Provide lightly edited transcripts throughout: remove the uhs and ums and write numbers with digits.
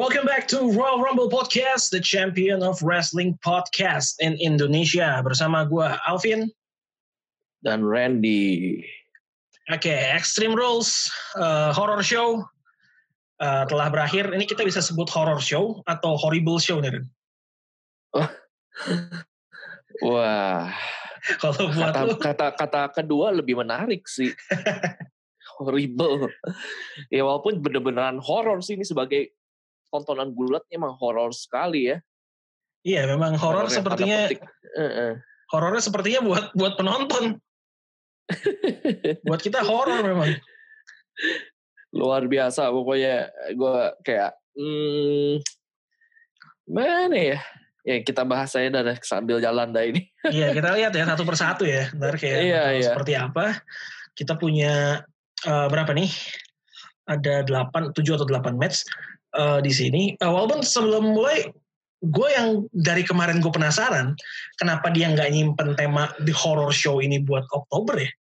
Welcome back to Royal Rumble Podcast, the champion of wrestling podcast in Indonesia. Bersama gue, Alvin. Dan Randy. Oke, Extreme Rules Horror Show telah berakhir. Ini kita bisa sebut horror show atau horrible show nih, Ren? Wah. Kalau buat kata kedua lebih menarik sih. Horrible. Ya walaupun bener-beneran horror sih, ini sebagai tontonan gulatnya emang horor sekali ya. Iya, memang horor sepertinya. Horornya sepertinya buat penonton. Buat kita horor memang. Luar biasa pokoknya. Gue kayak mana ya? Ya kita bahas aja dah sambil jalan dah ini. Iya, kita lihat ya satu persatu ya. Ntar kayak seperti apa. Kita punya berapa nih? Ada 7 atau 8 match di sini. Walaupun sebelum mulai, gue yang dari kemarin gue penasaran, kenapa dia nggak nyimpen tema The Horror Show ini buat Oktober ya?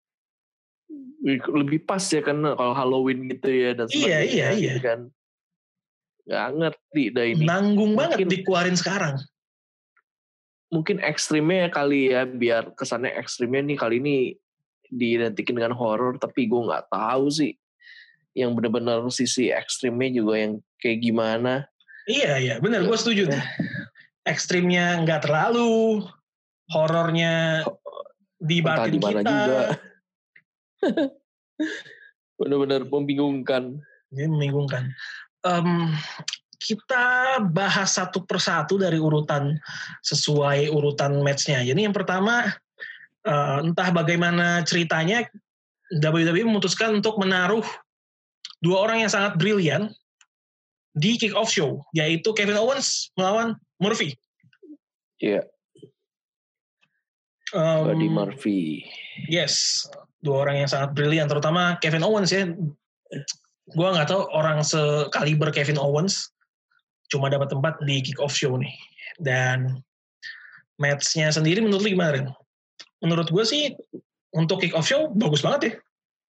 Lebih pas ya kan kalau Halloween gitu ya dan sebagainya. Iya. Gitu kan. Gak ngerti dah ini. Nanggung banget dikeluarin sekarang. Mungkin ekstrimnya kali ya, biar kesannya ekstrimnya nih kali ini diidentikin dengan horor, tapi gue nggak tahu sih yang benar-benar sisi ekstrimnya juga yang kayak gimana. Iya, benar, gue setuju tuh. Ekstrimnya nggak terlalu, horornya dibatin kita. Juga. Benar-benar membingungkan. Ini membingungkan. Kita bahas satu persatu dari urutan sesuai urutan match-nya. Jadi yang pertama, entah bagaimana ceritanya, WWE memutuskan untuk menaruh dua orang yang sangat brilian di kick-off show, yaitu Kevin Owens melawan Murphy. Iya. Buddy Murphy. Yes, dua orang yang sangat brilian, terutama Kevin Owens ya. Gue nggak tahu orang sekaliber Kevin Owens cuma dapat tempat di kick-off show nih. Dan match-nya sendiri menurut lu gimana, Ren? Menurut gue sih untuk kick-off show bagus banget ya.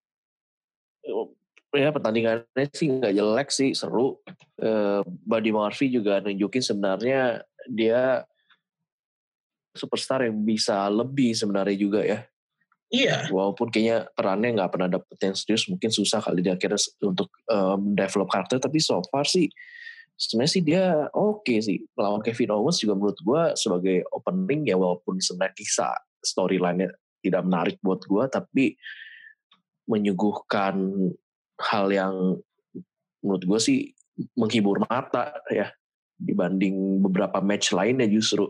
Ya pertandingannya sih nggak jelek sih, seru. Buddy Murphy juga nunjukin sebenarnya dia superstar yang bisa lebih sebenarnya juga ya. Iya. Walaupun kayaknya perannya nggak pernah dapet yang serius, mungkin susah kali dia akhirnya untuk develop karakter. Tapi so far sih sebenarnya sih dia oke sih. Lawan Kevin Owens juga menurut gue sebagai opening ya, walaupun sebenarnya kisah storyline-nya tidak menarik buat gue, tapi menyuguhkan hal yang menurut gue sih menghibur mata ya dibanding beberapa match lainnya justru.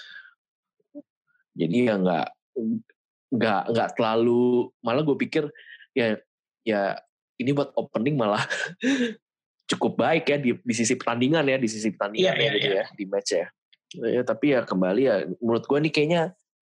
Jadi ya nggak terlalu, malah gue pikir ya ini buat opening malah cukup baik ya di sisi pertandingan ya, ya di match ya. Ya tapi ya kembali ya menurut gue nih kayaknya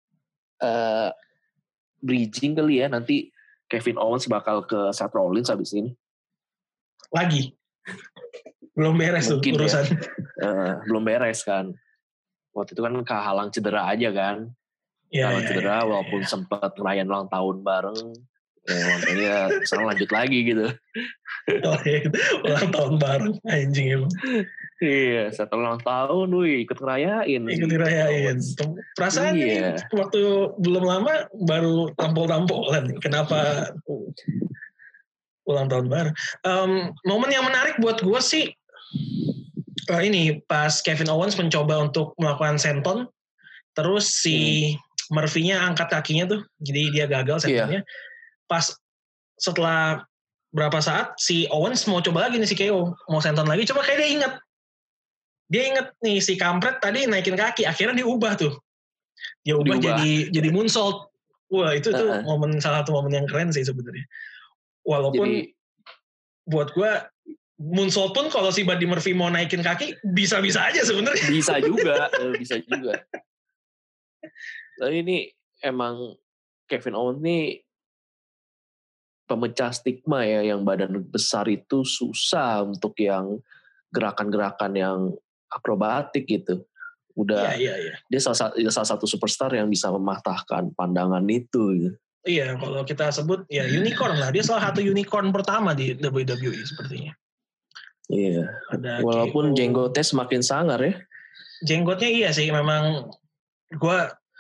bridging kali ya, nanti Kevin Owens bakal ke Seth Rollins habis ini. Lagi? Belum beres mungkin tuh urusan. Ya. Belum beres kan. Waktu itu kan kehalang cedera aja kan. Kehalang cedera walaupun sempat ngerayain ulang tahun bareng. Ya sekarang lanjut lagi gitu. Ulang tahun bareng anjing emang. Iya, setelah ulang tahun ikut ngerayain. Ikut ngerayain. Perasaan ini waktu belum lama baru tampol-tampolan. Kenapa ulang tahun bareng? Momen yang menarik buat gue sih ini pas Kevin Owens mencoba untuk melakukan senton, terus si Murphy-nya angkat kakinya tuh, jadi dia gagal sentonnya. Pas setelah berapa saat si Owens mau coba lagi nih si KO, mau senton lagi, coba kayak dia inget nih si kampret tadi naikin kaki, akhirnya diubah tuh. Dia ubah jadi moonsault. Wah, itu tuh salah satu momen yang keren sih sebenarnya. Walaupun buat gue moonsault pun kalau si Buddy Murphy mau naikin kaki bisa-bisa aja sebenarnya. Bisa juga. Tapi ini emang Kevin Owens nih pemecah stigma ya, yang badan besar itu susah untuk yang gerakan-gerakan yang akrobatik gitu. Udah dia salah satu superstar yang bisa mematahkan pandangan itu gitu. Iya, kalau kita sebut ya unicorn lah. Dia salah satu unicorn pertama di WWE sepertinya. Iya. Walaupun jenggotnya semakin sangar ya. Jenggotnya iya sih, memang gue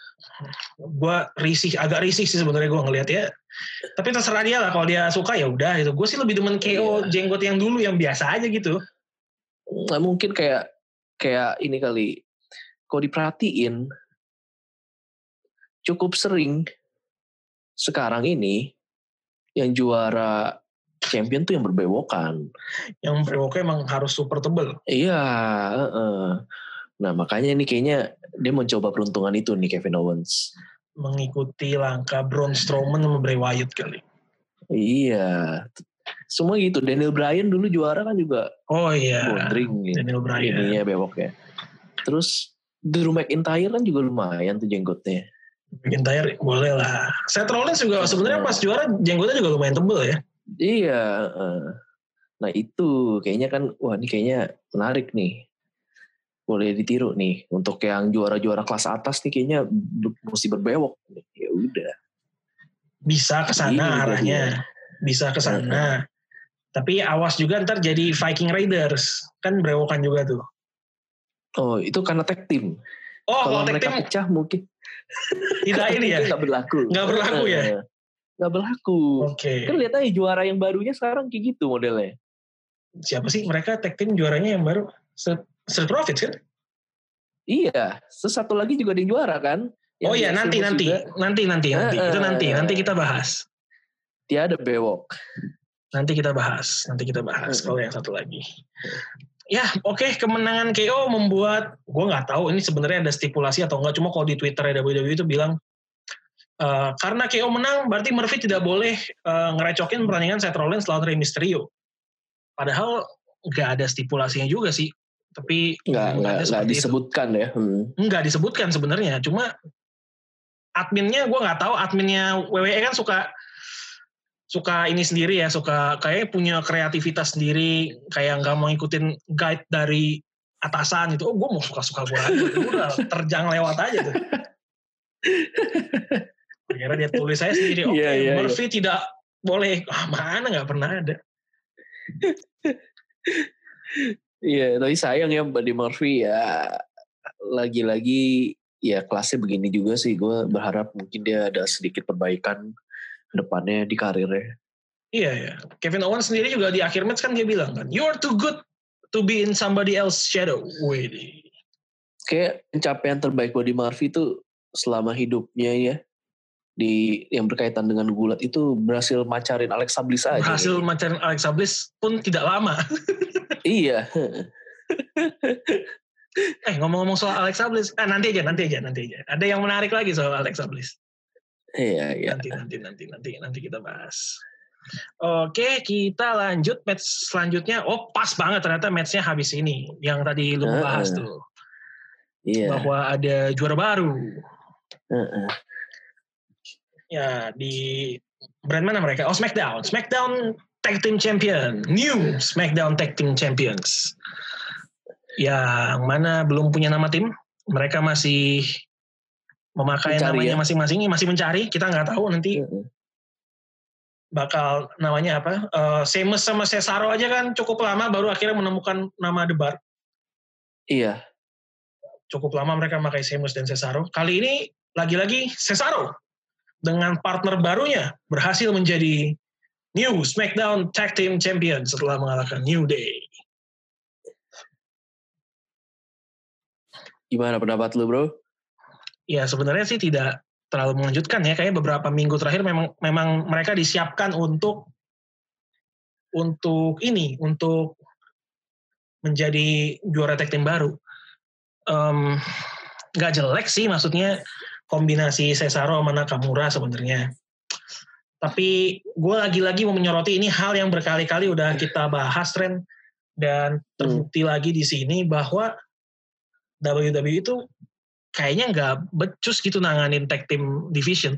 agak risih sih sebenarnya gue ngelihat ya. Tapi terserah dia lah, kalau dia suka ya udah gitu. Gue sih lebih demen KO jenggot yang dulu yang biasa aja gitu. Nggak mungkin kayak ini kali. Kalau diperhatiin cukup sering sekarang ini yang juara champion tuh yang berbewokan. Yang berbewokan emang harus super tebel. Iya. Nah makanya ini kayaknya dia mencoba peruntungan itu nih Kevin Owens. Mengikuti langkah Braun Strowman sama Bray Wyatt kali. Iya. Semua gitu. Daniel Bryan dulu juara kan juga. Oh iya. Bondring Daniel Bryan. Ininya bewoknya. Terus Drew McIntyre kan juga lumayan tuh jenggotnya. McIntyre boleh lah. Seth Rollins juga sebenarnya pas juara jenggotnya juga lumayan tebel ya. Iya. Nah itu kayaknya kan, wah ini kayaknya menarik nih. Boleh ditiru nih. Untuk yang juara-juara kelas atas nih kayaknya mesti berbewok. Ya udah. Bisa ke sana arahnya. Bisa ke sana. Tapi awas juga ntar jadi Viking Raiders. Kan berewokan juga tuh. Oh itu karena tag team. Oh kalau mereka pecah mungkin. Tidak ini ya. Nggak berlaku. Nggak berlaku ya. Nggak berlaku. Oke. Kan lihat aja juara yang barunya sekarang kayak gitu modelnya. Siapa sih mereka tag team juaranya yang baru? Street Profits kan? Iya. Satu lagi juga ada yang juara kan? Oh iya nanti. Itu nanti kita bahas. Dia ada bewok. Nanti kita bahas kalau yang satu lagi. Ya oke, kemenangan KO membuat, gue nggak tahu ini sebenarnya ada stipulasi atau enggak, cuma kalau di Twitter WWE itu bilang karena KO menang berarti Murphy tidak boleh ngerecokin pertandingan Seth Rollins lawan Rey Mysterio. Padahal nggak ada stipulasinya juga sih, tapi nggak disebutkan itu. Ya. Nggak disebutkan sebenarnya, cuma adminnya gue nggak tahu, adminnya WWE kan suka ini sendiri ya, suka kayak punya kreativitas sendiri, kayak nggak mau ikutin guide dari atasan gitu. Oh gue mau suka-suka gue aja, udah terjang lewat aja tuh. Akhirnya dia tulis saya sendiri, Murphy tidak boleh, mana nggak pernah ada. Iya, tapi sayang ya Buddy Murphy ya, lagi-lagi ya kelasnya begini juga sih. Gue berharap mungkin dia ada sedikit perbaikan depannya di karirnya. Iya. Kevin Owens sendiri juga di akhir match kan dia bilang kan, you are too good to be in somebody else's shadow. Wih. Kayak pencapaian terbaik Buddy Murphy itu selama hidupnya ya, di yang berkaitan dengan gulat itu berhasil macarin Alexa Bliss aja. Berhasil macarin Alexa Bliss pun tidak lama. Iya. Ngomong-ngomong soal Alexa Bliss, nanti aja. Ada yang menarik lagi soal Alexa Bliss. Iya. Nanti kita bahas. Oke, kita lanjut match selanjutnya. Oh, pas banget ternyata matchnya habis ini. Yang tadi lu bahas tuh. Iya. Bahwa ada juara baru. Ya, di brand mana mereka? Oh, SmackDown. SmackDown Tag Team Champion. New SmackDown Tag Team Champions. Yang mana belum punya nama tim. Mereka masih memakai namanya masing-masing, masih mencari. Kita nggak tahu nanti bakal namanya apa. Sheamus sama Cesaro aja kan cukup lama baru akhirnya menemukan nama The Bar. Iya. Cukup lama mereka memakai Sheamus dan Cesaro. Kali ini lagi-lagi Cesaro dengan partner barunya berhasil menjadi New SmackDown Tag Team Champion setelah mengalahkan New Day. Gimana pendapat lu, bro? Ya sebenarnya sih tidak terlalu mengejutkan ya. Kayaknya beberapa minggu terakhir memang mereka disiapkan untuk menjadi juara tag team baru. Gak jelek sih, maksudnya kombinasi Cesaro sama Nakamura sebenarnya. Tapi gue lagi-lagi mau menyoroti ini hal yang berkali-kali udah kita bahas, Ren, dan terbukti lagi di sini bahwa WWE itu kayaknya nggak becus gitu nanganin tag team division.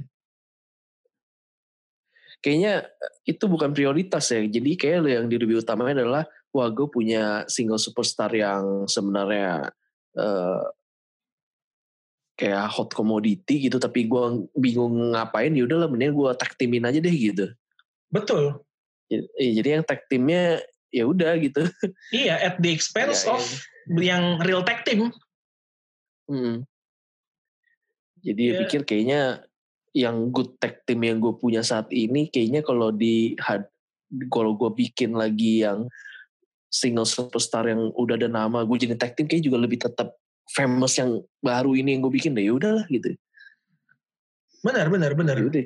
Kayaknya itu bukan prioritas ya. Jadi kayak yang lebih utamanya adalah, wah gue punya single superstar yang sebenarnya kayak hot commodity gitu, tapi gue bingung ngapain, yaudahlah mending gue tag teamin aja deh gitu. Betul. Jadi yang tag teamnya ya udah gitu. Iya, at the expense of yang real tag team. Jadi ya pikir kayaknya yang good tag team yang gue punya saat ini kayaknya kalau gue bikin lagi yang single superstar yang udah ada nama, gue jadi tag team kayaknya juga lebih tetap famous yang baru ini yang gue bikin deh, ya udahlah gitu. Benar. Yaudah,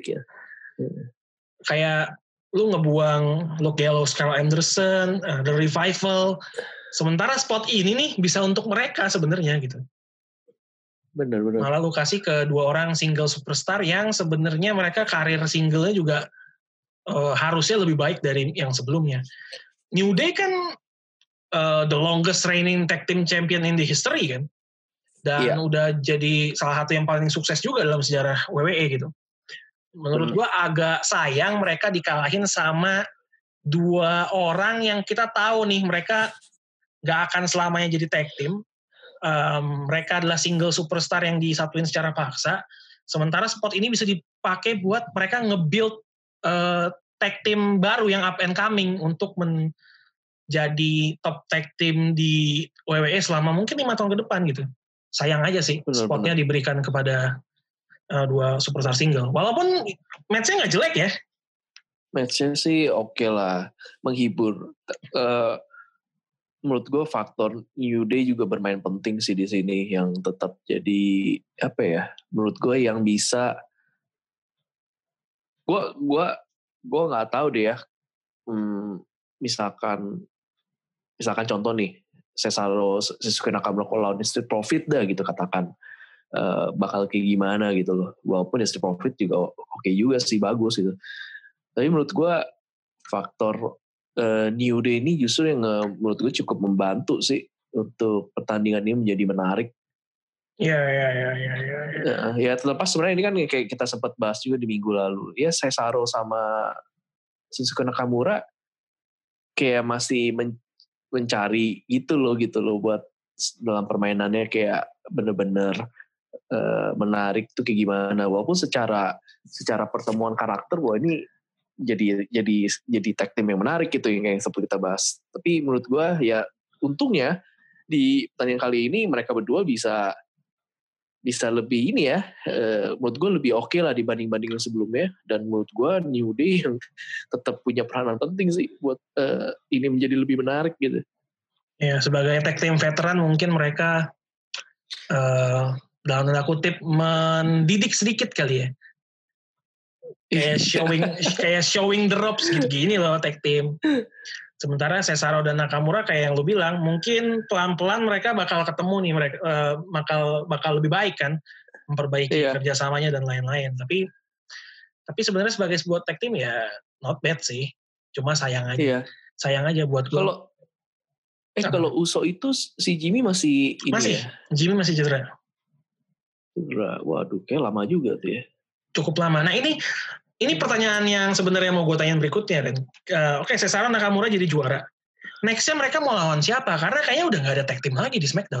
kayak lu ngebuang Luke Gallows, Carl Anderson, The Revival, sementara spot ini nih bisa untuk mereka sebenarnya gitu. Benar. Malah lu kasih ke 2 orang single superstar yang sebenarnya mereka karir singlenya juga harusnya lebih baik dari yang sebelumnya. New Day kan the longest reigning tag team champion in the history kan, dan udah jadi salah satu yang paling sukses juga dalam sejarah WWE gitu. Menurut gue agak sayang mereka dikalahin sama 2 orang yang kita tahu nih mereka gak akan selamanya jadi tag team. Mereka adalah single superstar yang disatuin secara paksa. Sementara spot ini bisa dipakai buat mereka nge-build tag team baru yang up and coming untuk menjadi top tag team di WWE selama mungkin 5 tahun ke depan gitu. Sayang aja sih spotnya diberikan kepada 2 superstar single. Walaupun match-nya gak jelek ya. Match-nya sih oke lah, menghibur. Menurut gue faktor New Day juga bermain penting sih di sini yang tetap jadi apa ya? Menurut gue yang bisa gue nggak tahu deh ya. Misalkan contoh nih Cesaro Shinsuke Nakamura lawan Street Profit dah gitu katakan bakal kayak gimana gitu loh. Walaupun Street Profit juga oke juga sih, bagus gitu. Tapi menurut gue faktor New Day ini justru yang menurut gue cukup membantu sih untuk pertandingan ini menjadi menarik. Iya. Ya terlepas sebenarnya ini kan kayak kita sempat bahas juga di minggu lalu. Ya Cesaro sama Shinsuke Nakamura kayak masih mencari gitu loh buat dalam permainannya kayak bener-bener menarik tuh kayak gimana. Walaupun secara pertemuan karakter bahwa ini jadi tag team yang menarik gitu yang seperti kita bahas. Tapi menurut gue ya untungnya di pertandingan kali ini mereka berdua bisa lebih ini ya, menurut gue lebih oke lah dibanding yang sebelumnya. Dan menurut gue New Day yang tetap punya peranan penting sih buat ini menjadi lebih menarik gitu. Ya sebagai tag team veteran mungkin mereka dalam tanda kutip mendidik sedikit kali ya. Kayak showing the ropes gitu gini loh tag team. Sementara Cesaro dan Nakamura kayak yang lu bilang, mungkin pelan-pelan mereka bakal ketemu nih, mereka bakal lebih baik kan, memperbaiki kerjasamanya dan lain-lain. Tapi sebenarnya sebagai sebuah tag team ya not bad sih. Cuma sayang aja. Sayang aja buat gue. Kalau Uso itu si Jimmy masih ini ya? Jimmy masih cedera. Waduh, kayak lama juga tuh ya. Cukup lama. Nah ini pertanyaan yang sebenarnya mau gue tanyain berikutnya, Ren. Oke, Cesaro Nakamura jadi juara. Nextnya mereka mau lawan siapa? Karena kayaknya udah gak ada tag team lagi di SmackDown.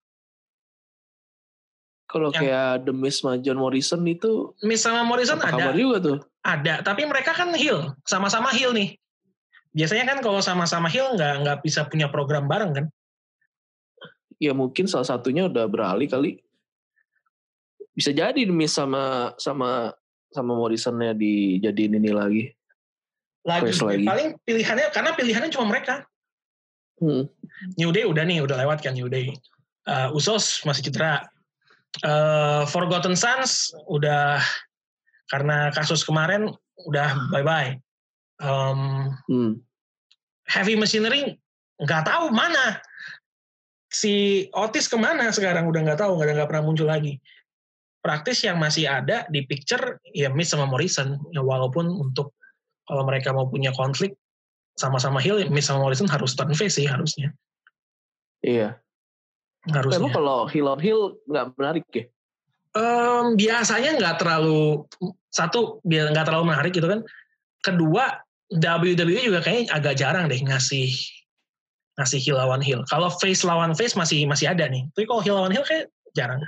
Kalau kayak The Miz sama John Morrison itu... Miz sama Morrison ada. Kabar juga tuh. Ada, tapi mereka kan heel. Sama-sama heel nih. Biasanya kan kalau sama-sama heel gak bisa punya program bareng kan? Ya mungkin salah satunya udah beralih kali. Bisa jadi The Miz sama Morrison-nya dijadiin ini lagi. Paling pilihannya cuma mereka. New Day udah lewat kan New Day. Usos masih cedera. Forgotten Sons udah karena kasus kemarin udah bye-bye. Heavy Machinery nggak tahu mana. Si Otis kemana sekarang udah nggak tahu, nggak pernah muncul lagi. Praktis yang masih ada di picture ya Miz sama Morrison. Ya walaupun untuk kalau mereka mau punya konflik sama-sama heel, Miz sama Morrison harus turn face sih harusnya. Iya. Harusnya. Emang kalau heel on heel nggak menarik ya? Biasanya nggak terlalu menarik gitu kan. Kedua, WWE juga kayaknya agak jarang deh ngasih heel lawan heel. Kalau face lawan face masih ada nih. Tapi kalau heel lawan heel kayak jarang.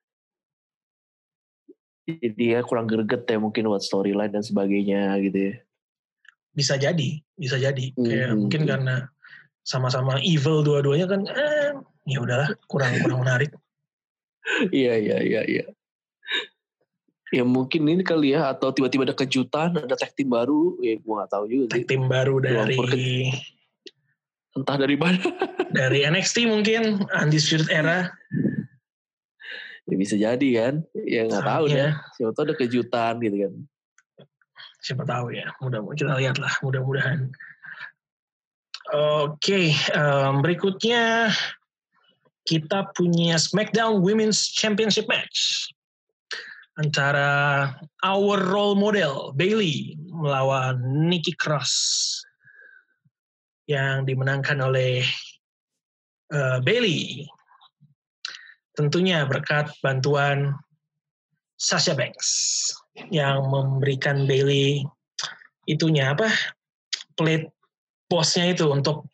Jadi ya kurang greget ya mungkin buat storyline dan sebagainya gitu ya. Bisa jadi. Kayak mungkin karena sama-sama evil dua-duanya kan, ya udahlah kurang menarik. Iya. Ya mungkin ini kali ya, atau tiba-tiba ada kejutan, ada tag team baru, ya gue gak tahu juga sih. Tag team baru dari entah dari mana. Dari NXT mungkin, Undisputed Era. Ya bisa jadi kan, ya gak tahu deh. Siapa tahu ada kejutan gitu kan. Siapa tahu ya, mudah-mudahan kita lihat lah, mudah-mudahan. Oke, berikutnya kita punya SmackDown Women's Championship match antara our role model Bayley melawan Nikki Cross yang dimenangkan oleh Bayley. Tentunya berkat bantuan Sasha Banks yang memberikan Bayley plate bossnya itu untuk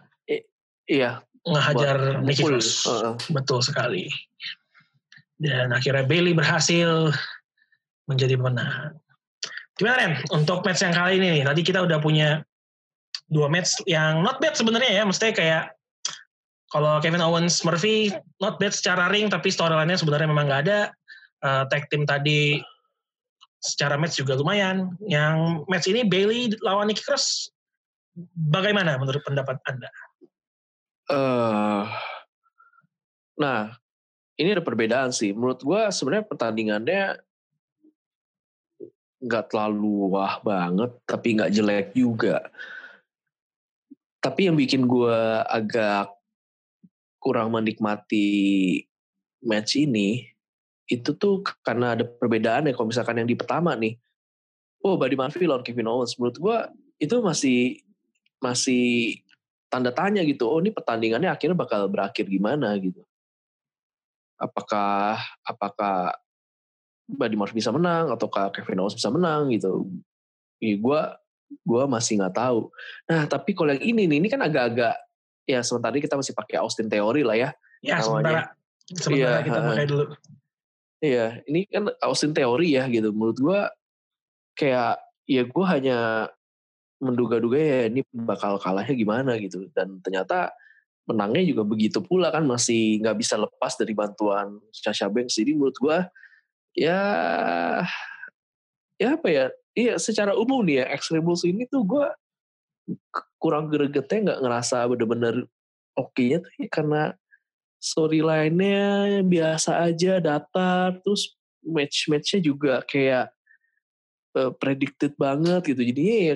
ngehajar Nikki Cross. Betul sekali. Dan akhirnya Bayley berhasil menjadi pemenang. Gimana Ren? Untuk match yang kali ini nih, tadi kita udah punya 2 match yang not bad sebenarnya ya. Maksudnya kayak kalau Kevin Owens Murphy not bad secara ring, tapi storyline-nya sebenarnya memang nggak ada. Tag team tadi secara match juga lumayan. Yang match ini Bayley lawan Nikki Cross, bagaimana menurut pendapat Anda? Nah, ini ada perbedaan sih. Menurut gue sebenarnya pertandingannya nggak terlalu wah banget, tapi nggak jelek juga. Tapi yang bikin gue agak kurang menikmati match ini, itu tuh karena ada perbedaan ya. Kalau misalkan yang di pertama nih, Buddy Murphy lawan Kevin Owens, menurut gue itu masih tanda tanya gitu. Ini pertandingannya akhirnya bakal berakhir gimana gitu. Apakah Buddy Murphy bisa menang ataukah Kevin Owens bisa menang gitu. Ya gue masih nggak tahu. Nah tapi kalau yang ini kan agak-agak ya sementara kita masih pakai Austin Theory lah ya. Ya sementara kita pakai dulu. Iya, ini kan Austin Theory ya gitu. Menurut gue kayak ya gue hanya menduga-duga ya ini bakal kalahnya gimana gitu. Dan ternyata menangnya juga begitu pula kan, masih nggak bisa lepas dari bantuan Sasha Banks. Jadi menurut gue ya apa ya? Iya secara umum nih ya Extreme Rules ini tuh gue kurang gregetnya, nggak ngerasa bener-bener oke-nya tuh ya, karena storyline-nya biasa aja, datar, terus match-matchnya juga kayak predicted banget gitu. Jadinya ya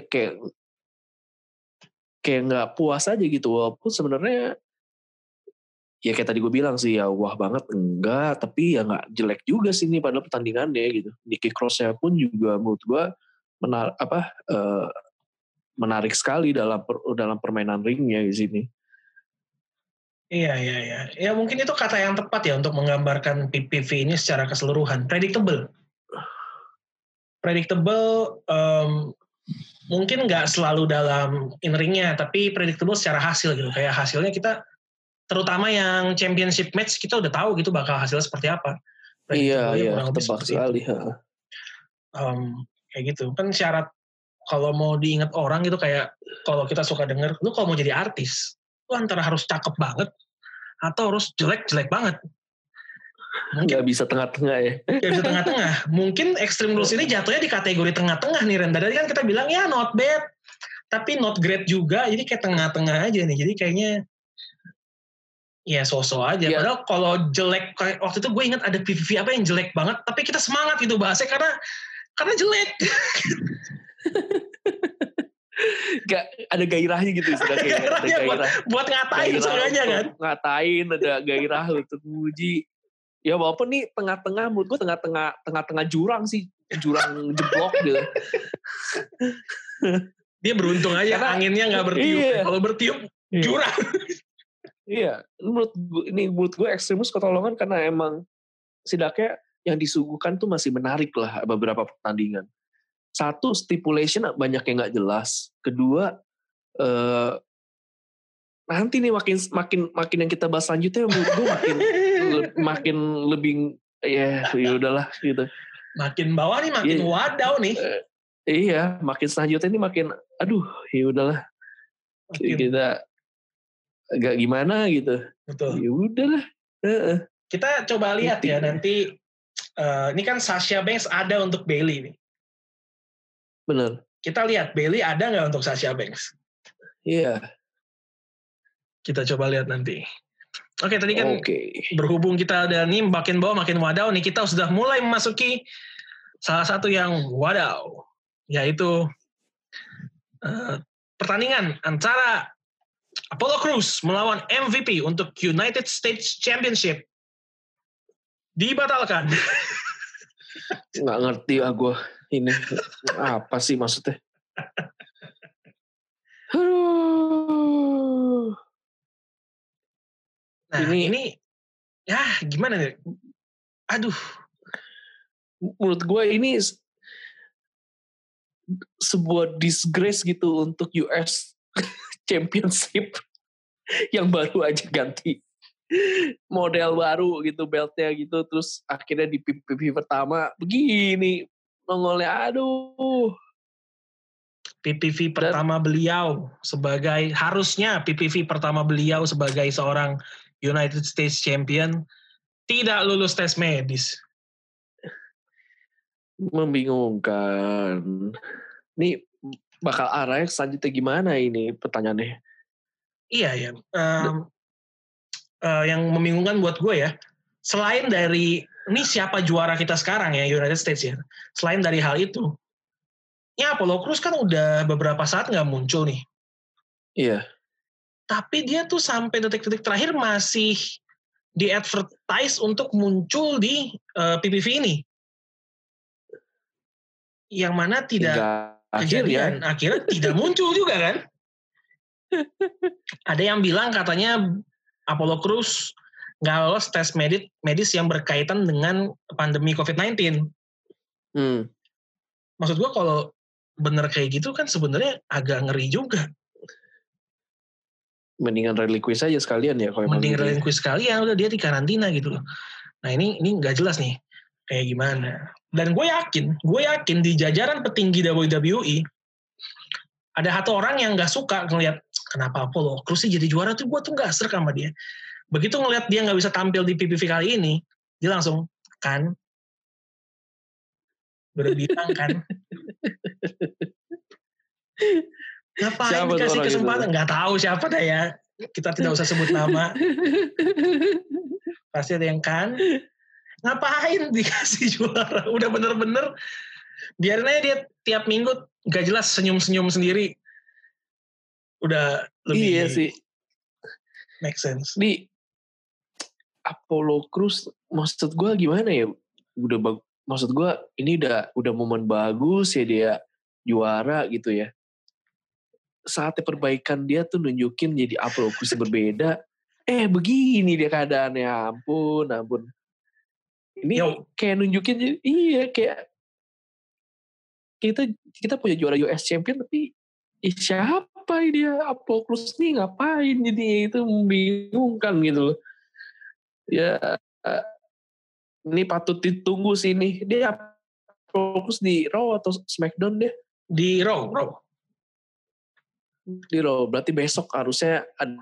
kayak nggak puas aja gitu. Walaupun sebenarnya ya kayak tadi gue bilang sih ya wah banget enggak, tapi ya nggak jelek juga sih ini pada pertandingannya gitu. Nikki Cross-nya pun juga menurut gue menarik sekali dalam permainan ringnya di sini. Iya. Ya mungkin itu kata yang tepat ya untuk menggambarkan PPV ini secara keseluruhan. Predictable. Mungkin nggak selalu dalam in-ringnya, tapi predictable secara hasil gitu. Kayak hasilnya kita, terutama yang championship match, kita udah tahu gitu bakal hasilnya seperti apa. Iya, tebak sekali. Kayak gitu. Kan syarat kalau mau diingat orang gitu kayak, kalau kita suka denger, lu kalau mau jadi artis, lu antara harus cakep banget, atau harus jelek banget. Mungkin nggak bisa tengah-tengah ya. Nggak bisa tengah-tengah. Mungkin Extreme Rules ini jatuhnya di kategori tengah-tengah nih Ren. Tadi kan kita bilang ya not bad, tapi not great juga. Jadi kayak tengah-tengah aja nih. Jadi kayaknya ya so-so aja. Ya. Padahal kalau jelek, waktu itu gue ingat ada PVV apa yang jelek banget, tapi kita semangat gitu bahasnya karena jelek. Gak ada gairahnya gitu. Ada gairahnya buat ngatain sengaja kan. Ngatain, ada gairah untuk muji. Ya walaupun nih tengah-tengah, menurut gue tengah-tengah jurang sih, jurang jeblok gitu. Dia beruntung aja karena anginnya nggak bertiup. Iya. Kalau bertiup jurang. Iya, menurut gue Extremus ketolongan karena emang setidaknya yang disuguhkan tuh masih menarik lah beberapa pertandingan. Satu, stipulation banyak yang nggak jelas. Kedua, nanti nih makin yang kita bahas selanjutnya menurut gue makin lebih ya udahlah gitu. Makin bawah nih makin wadaw nih. Iya, makin selanjutnya ini makin aduh ya udahlah. agak gimana gitu. Betul. Ya udahlah. Kita coba lihat ya nanti. Ini kan Sasha Banks ada untuk Bayley nih. Bener. Kita lihat Bayley ada nggak untuk Sasha Banks? Iya. Kita coba lihat nanti. Oke, tadi kan berhubung kita ada nih makin bawah makin wadaw nih, kita sudah mulai memasuki salah satu yang wadaw, yaitu pertandingan antara Apollo Crews melawan MVP untuk United States Championship dibatalkan. Nggak ngerti gue ini apa sih maksudnya. Nah ini ya gimana nih? Aduh. Menurut gue ini sebuah disgrace gitu untuk US Championship yang baru aja ganti model baru gitu, beltnya gitu, terus akhirnya di PPV pertama begini nongolnya. Aduh. PPV pertama beliau sebagai, harusnya PPV pertama beliau sebagai seorang United States Champion tidak lulus tes medis. Membingungkan. Ini bakal arahnya selanjutnya gimana ini pertanyaannya? Iya ya. Yang membingungkan buat gue ya, selain dari ini siapa juara kita sekarang ya, United States ya, selain dari hal itu, ya Apollo Crews kan udah beberapa saat nggak muncul nih. Iya. Tapi dia tuh sampai detik-detik terakhir masih di-advertise untuk muncul di PPV ini. Yang mana tidak kejadian. Akhirnya tidak muncul juga kan. Ada yang bilang katanya Apollo Crews nggak lolos tes medis yang berkaitan dengan pandemi COVID-19. Maksud gue kalau bener kayak gitu kan sebenarnya agak ngeri juga. Mendingan relinquish aja sekalian ya. Mending relinquish sekalian, udah dia di karantina gitu loh. Nah ini nggak jelas nih kayak gimana. Dan gue yakin di jajaran petinggi WWE ada satu orang yang nggak suka ngelihat kenapa Apollo Crews jadi juara tuh, gue tuh nggak serk sama dia. Begitu ngelihat dia nggak bisa tampil di PPV kali ini, dia langsung kan, udah bilang kan, ngapain dikasih kesempatan? Nggak tahu siapa dah ya, kita tidak usah sebut nama. Pasti ada yang kan, ngapain dikasih juara? Udah bener-bener biarin aja dia tiap minggu nggak jelas senyum-senyum sendiri. Udah lebih. Iya sih. Make sense. Di Apollo Crews maksud gue gimana ya? Maksud gue ini udah momen bagus ya dia juara gitu ya. Saatnya perbaikan dia tuh nunjukin jadi Apollo Crews berbeda. Begini dia keadaannya, ampun. Ini kayak nunjukin, iya kayak kita punya juara US Champion tapi siapa dia Apollo Crews nih ngapain jadi itu membingungkan gitu loh. Ya ini patut ditunggu sih nih. Dia fokus di Raw atau SmackDown deh? Di Raw. Di Raw. Berarti besok harusnya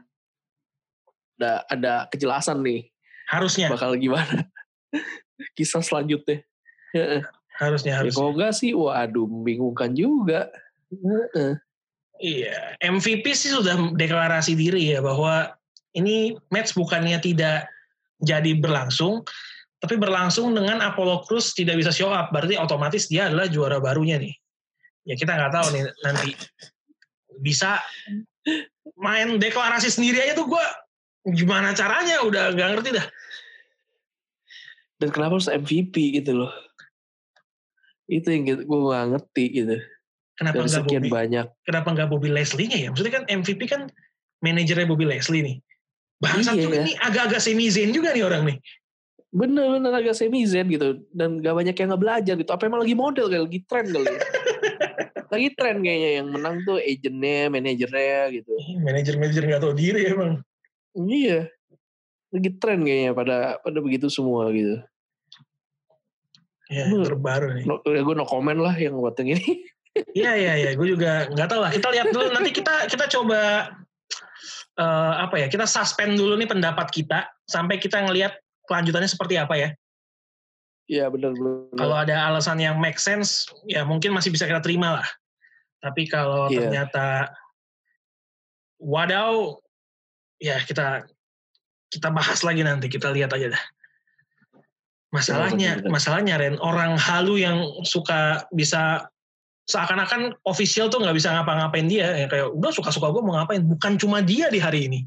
ada kejelasan nih. Harusnya. Bakal gimana kisah selanjutnya. Harusnya. Ya, kalau enggak sih, waduh membingungkan juga. Iya. MVP sih sudah deklarasi diri ya bahwa ini match bukannya tidak jadi berlangsung, tapi berlangsung dengan Apollo Crews tidak bisa show up, berarti otomatis dia adalah juara barunya nih. Ya kita nggak tahu nih nanti bisa main deklarasi sendiri aja tuh gue gimana caranya udah nggak ngerti dah. Dan kenapa harus MVP gitu loh? Itu yang gue nggak ngerti gitu. Kenapa nggak sekian banyak? Kenapa nggak Bobby Leslie-nya ya? Maksudnya kan MVP kan manajernya Bobby Leslie nih. Bangsat tuh ini agak-agak semi zen juga nih orang nih. Bener agak semi zen gitu. Dan gak banyak yang gak belajar gitu. Apa emang lagi model kayak lagi tren kali ya? Lagi tren kayaknya yang menang tuh agentnya, manajernya gitu. Manajer gak tahu diri emang. Iya. Lagi tren kayaknya pada begitu semua gitu. Ya terbaru nih. Gue no comment lah yang buat yang ini. Iya. Gue juga gak tahu lah. Kita lihat dulu. Nanti kita coba kita suspend dulu nih pendapat kita sampai kita ngelihat kelanjutannya seperti apa ya. Iya benar. Kalau ada alasan yang make sense, ya mungkin masih bisa kita terima lah. Tapi kalau ternyata wadaw, ya kita bahas lagi nanti, kita lihat aja dah. Masalahnya Ren, orang halu yang suka bisa seakan-akan official tuh nggak bisa ngapa-ngapain dia, ya kayak udah suka-suka gue mau ngapain. Bukan cuma dia di hari ini.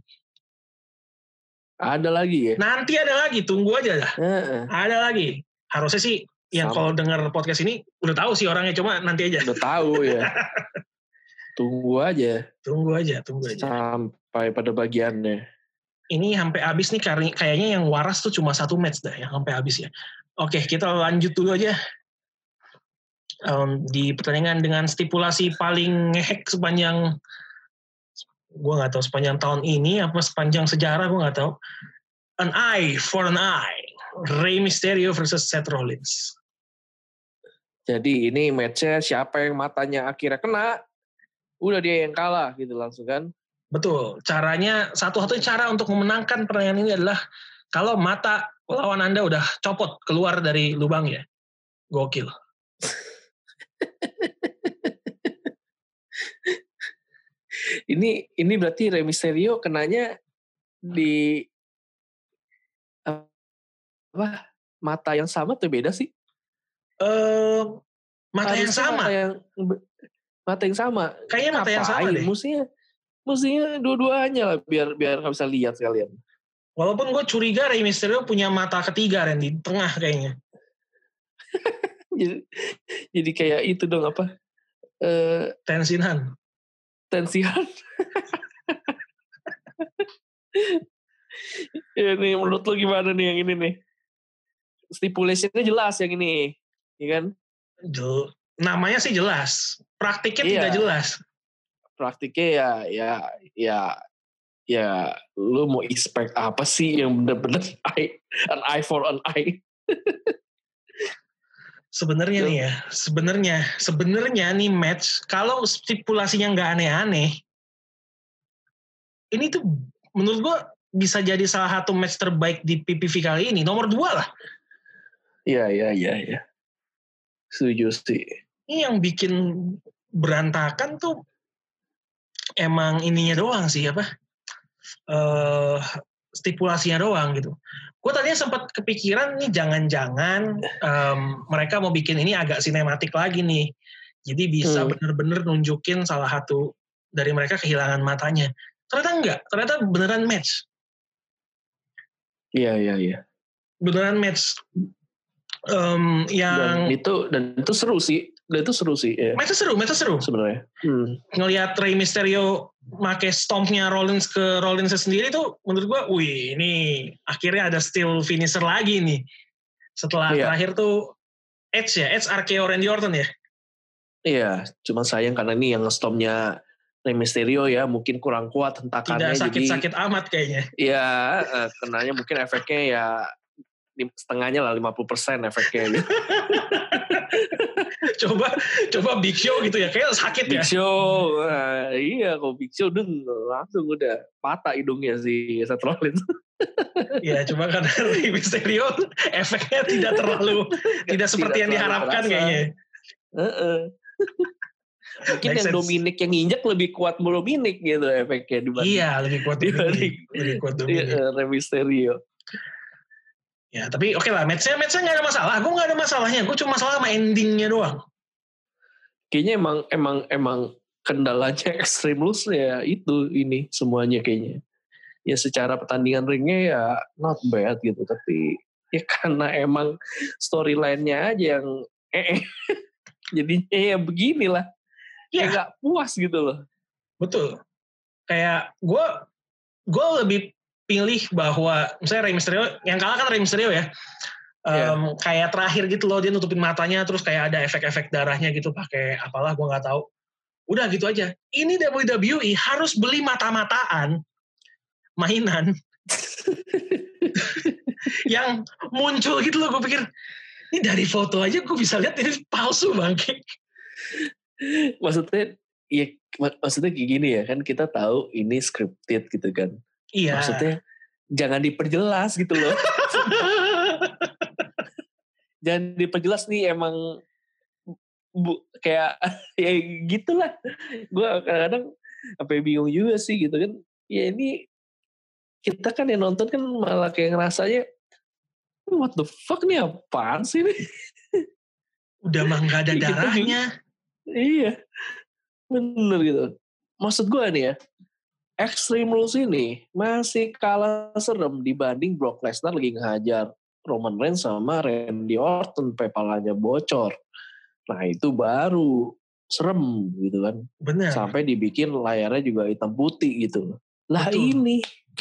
Ada lagi ya? Nanti ada lagi, tunggu aja dah. Ada lagi. Harusnya sih, yang kalau dengar podcast ini udah tahu sih orangnya, cuma nanti aja. Udah tahu ya. Tunggu aja. Sampai pada bagiannya. Ini sampai habis nih, kayaknya yang waras tuh cuma 1 match dah yang sampai habis ya. Oke, kita lanjut dulu aja. Di pertandingan dengan stipulasi paling ngehek sepanjang, gue nggak tahu sepanjang tahun ini apa sepanjang sejarah, gue nggak tahu. An eye for an eye, Rey Mysterio versus Seth Rollins. Jadi ini matchnya siapa yang matanya akhirnya kena, udah dia yang kalah gitu langsung kan. Betul, caranya satu-satunya cara untuk memenangkan pertandingan ini adalah kalau mata lawan Anda udah copot keluar dari lubangnya. Gokil. Ini berarti Rey Mysterio kenanya di mata yang sama atau beda sih? Mata yang sama. Mata yang sama. Kayaknya mata yang sama deh. Mestinya dua-duanya lah biar nggak bisa lihat sekalian. Walaupun gue curiga Rey Mysterio punya mata ketiga Ren, di tengah kayaknya. jadi kayak itu dong apa? Tensihan. Ini menurut lo gimana nih yang ini nih? Stipulasinya jelas yang ini, ya kan? Namanya sih jelas, praktiknya tidak jelas. Praktiknya ya lu mau expect apa sih yang benar-benar an eye for an eye. Sebenarnya nih ya, sebenarnya nih match kalau stipulasinya nggak aneh-aneh, ini tuh menurut gua bisa jadi salah satu match terbaik di PPV kali ini, nomor 2 lah. Iya. Setuju sih. Ini yang bikin berantakan tuh emang ininya doang sih stipulasinya doang gitu. Gue tadinya sempat kepikiran nih jangan-jangan mereka mau bikin ini agak sinematik lagi nih. Jadi bisa bener-bener nunjukin salah satu dari mereka kehilangan matanya. Ternyata enggak, ternyata beneran match. Iya. Beneran match. Dan itu seru sih. Ya. Match seru sebenarnya. Ngelihat Rey Mysterio make stompnya Rollins ke Rollins sendiri tuh menurut gua, wih ini akhirnya ada still finisher lagi nih. Setelah terakhir tuh Edge RKO Randy Orton ya. Iya, cuma sayang karena ini yang stompnya Rey Mysterio ya mungkin kurang kuat hentakannya. Tidak sakit-sakit amat kayaknya. Iya, kenanya mungkin efeknya ya setengahnya lah 50% efeknya. coba Big Show gitu ya, kayak sakit ya. Big Show, iya kalau Big Show langsung udah patah hidungnya si Seth Rollins. Ya cuma karena Rey Mysterio efeknya tidak seperti yang diharapkan kayaknya. Mungkin yang Dominic yang injek lebih kuat Dominic gitu efeknya dibanding. Iya lebih kuat Dominic. Rey Mysterio. Ya tapi oke lah, matchnya nggak ada masalah. Gue nggak ada masalahnya. Gue cuma masalah sama endingnya doang. Kayaknya emang kendalanya Extreme Rules ya itu ini semuanya kayaknya. Ya secara pertandingan ringnya ya not bad gitu, tapi ya karena emang storyline-nya aja yang jadinya ya beginilah. Ya nggak puas gitu loh. Betul. Kayak gue lebih pilih bahwa misalnya Rey Mysterio yang kalah kan Rey Mysterio ya, kayak terakhir gitu loh dia nutupin matanya terus kayak ada efek-efek darahnya gitu pakai apalah gue nggak tahu, udah gitu aja. Ini WWE harus beli mata-mataan mainan yang muncul gitu loh. Gue pikir ini dari foto aja gue bisa lihat ini palsu bangke. Maksudnya Iya, maksudnya kayak gini ya, kan kita tahu ini scripted gitu kan. Iya. Maksudnya jangan diperjelas gitu loh. Jangan diperjelas nih emang kayak ya gitulah. Gue kadang-kadang sampai bingung juga sih gitu kan. Ya ini kita kan yang nonton kan malah kayak ngerasanya what the fuck nih, apaan sih nih? Udah mah gak ada darahnya. Iya, bener gitu. Maksud gue nih ya, Extreme Rules ini masih kalah serem dibanding Brock Lesnar lagi ngehajar Roman Reigns sama Randy Orton, palanya bocor. Nah itu baru serem gitu kan. Bener. Sampai dibikin layarnya juga hitam putih gitu. Lah Betul. ini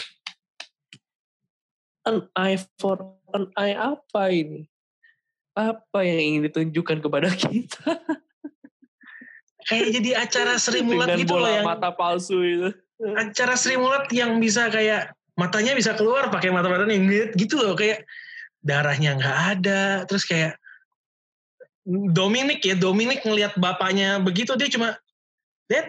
an eye for an eye apa ini? Apa yang ingin ditunjukkan kepada kita? Kayak jadi acara Sri Mulat gitu loh yang mata palsu itu. Acara Sri Mulat yang bisa kayak matanya bisa keluar pakai mata-mata yang gitu loh, kayak darahnya nggak ada, terus kayak Dominic ngelihat bapaknya begitu dia cuma Dad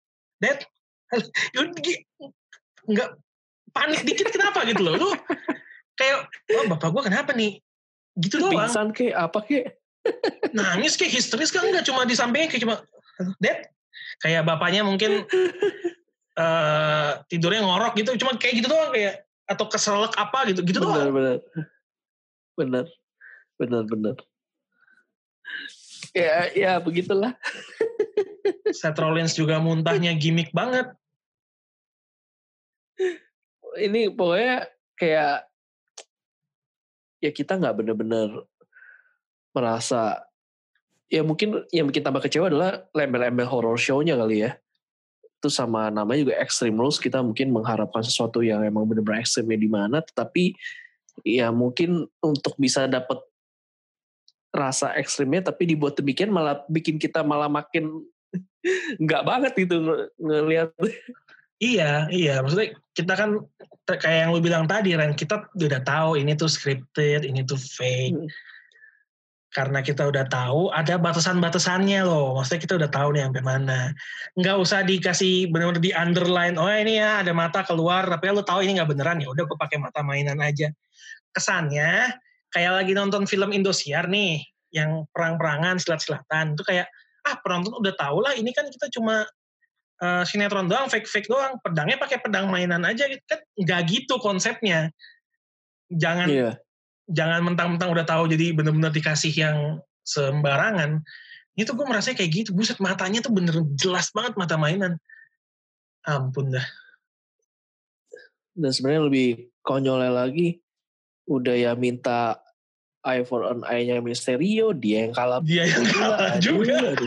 nggak panik dikit kenapa gitu loh, lu kayak oh bapak gua kenapa nih gitu doang, pingsan kek apa kek, nangis kayak histeris kan, enggak cuma di sampingnya kayak cuma Dad, kayak bapaknya mungkin tidurnya ngorok gitu, cuma kayak gitu doang, kayak atau keselak apa gitu doang. Benar. Ya begitulah. Seth Rollins juga muntahnya gimmick banget. Ini pokoknya kayak ya kita nggak benar-benar merasa, ya mungkin yang bikin tambah kecewa adalah embel-embel horror show-nya kali ya. Itu sama namanya juga Extreme Rules, kita mungkin mengharapkan sesuatu yang emang benar-benar ekstrimnya di mana, tetapi ya mungkin untuk bisa dapat rasa ekstrimnya tapi dibuat demikian malah bikin kita malah makin nggak banget gitu ngelihat. Iya, maksudnya kita kan kayak yang lu bilang tadi Ren, kita udah tahu ini tuh scripted, ini tuh fake. Karena kita udah tahu ada batasan-batasannya loh, maksudnya kita udah tahu nih sampai mana. Nggak usah dikasih benar-benar di underline, oh ini ya ada mata keluar, tapi lu tahu ini nggak beneran, ya udah gue pakai mata mainan aja. Kesannya kayak lagi nonton film Indosiar nih, yang perang-perangan, silat-silatan, itu kayak penonton udah tahu lah, ini kan kita cuma sinetron doang, fake doang, pedangnya pakai pedang mainan aja gitu kan, nggak gitu konsepnya. Jangan mentang-mentang udah tahu jadi bener-bener dikasih yang sembarangan. Itu gue merasa kayak gitu, buset matanya tuh bener jelas banget mata mainan. Ampun dah. Dan sebenarnya lebih konyolnya lagi, udah ya minta eye for an eye-nya Mysterio, dia yang kalah. Dia yang kalah juga. Aduh.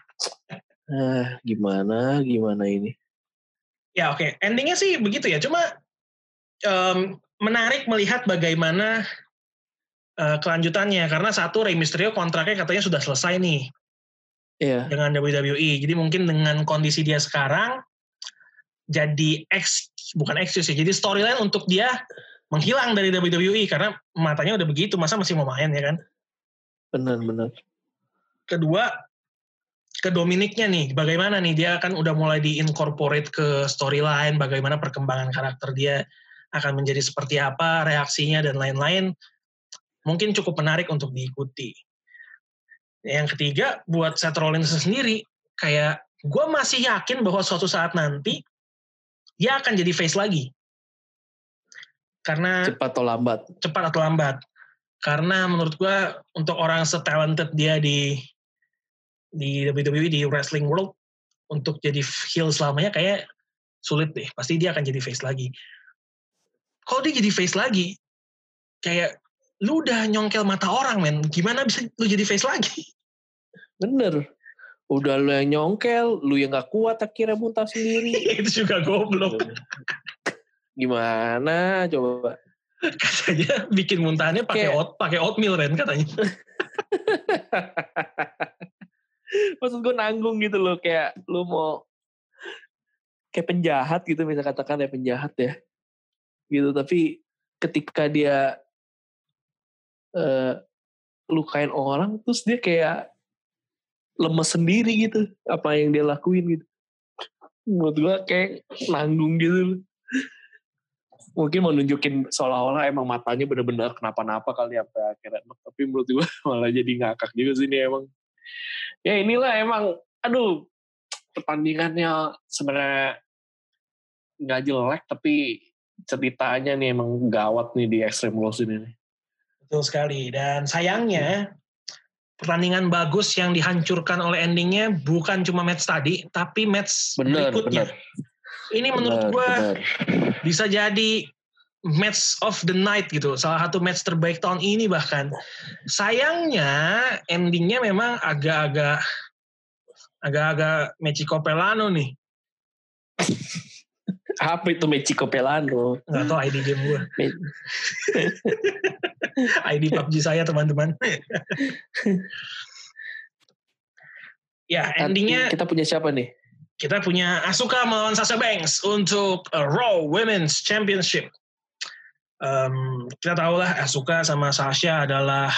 Gimana ini? Ya oke, endingnya sih begitu ya. Cuma menarik melihat bagaimana kelanjutannya. Karena satu, Rey Mysterio kontraknya katanya sudah selesai nih. Iya. Dengan WWE. Jadi mungkin dengan kondisi dia sekarang, jadi bukan excuse ya, jadi storyline untuk dia menghilang dari WWE karena matanya udah begitu, masa masih mau main ya kan? Benar. Kedua, ke Dominiknya nih, bagaimana nih dia kan udah mulai di-incorporate ke storyline, bagaimana perkembangan karakter dia akan menjadi seperti apa, reaksinya dan lain-lain, mungkin cukup menarik untuk diikuti. Yang ketiga, buat Seth Rollins sendiri, kayak gue masih yakin bahwa suatu saat nanti dia akan jadi face lagi. Karena cepat atau lambat. Karena menurut gue untuk orang setalented dia di WWE, di wrestling world, untuk jadi heel selamanya kayak sulit deh. Pasti dia akan jadi face lagi. Kalau dia jadi face lagi, kayak lu udah nyongkel mata orang, men. Gimana bisa lu jadi face lagi? Bener. Udah lu yang nyongkel, lu yang gak kuat akhirnya muntah sendiri. Itu juga goblok. Gimana coba? Katanya bikin muntahannya pakai oatmeal, Ren, katanya. Maksud gue nanggung gitu loh, kayak lu mau kayak penjahat gitu, bisa katakan ya penjahat ya. Gitu, tapi ketika dia lukain orang, terus dia kayak lemes sendiri gitu, apa yang dia lakuin gitu. Menurut gue kayak nanggung gitu. Mungkin mau nunjukin seolah-olah emang matanya benar-benar kenapa-napa kali sampai akhirnya. Tapi menurut gue malah jadi ngakak juga sih ini emang. Ya inilah emang, aduh, pertandingannya sebenarnya nggak jelek, tapi ceritanya nih emang gawat nih di Extreme Rules ini. Betul sekali. Dan sayangnya, pertandingan bagus yang dihancurkan oleh endingnya bukan cuma match tadi, tapi match berikutnya. Ini menurut gue bisa jadi match of the night gitu. Salah satu match terbaik tahun ini bahkan. Sayangnya endingnya memang agak-agak Mexico Pelano nih. Apa itu Mexico Pelano? Nggak tahu ID game gue. ID PUBG saya teman-teman. Ya endingnya. Kita punya siapa nih? Kita punya Asuka melawan Sasha Banks untuk Raw Women's Championship. Kita tahu lah Asuka sama Sasha adalah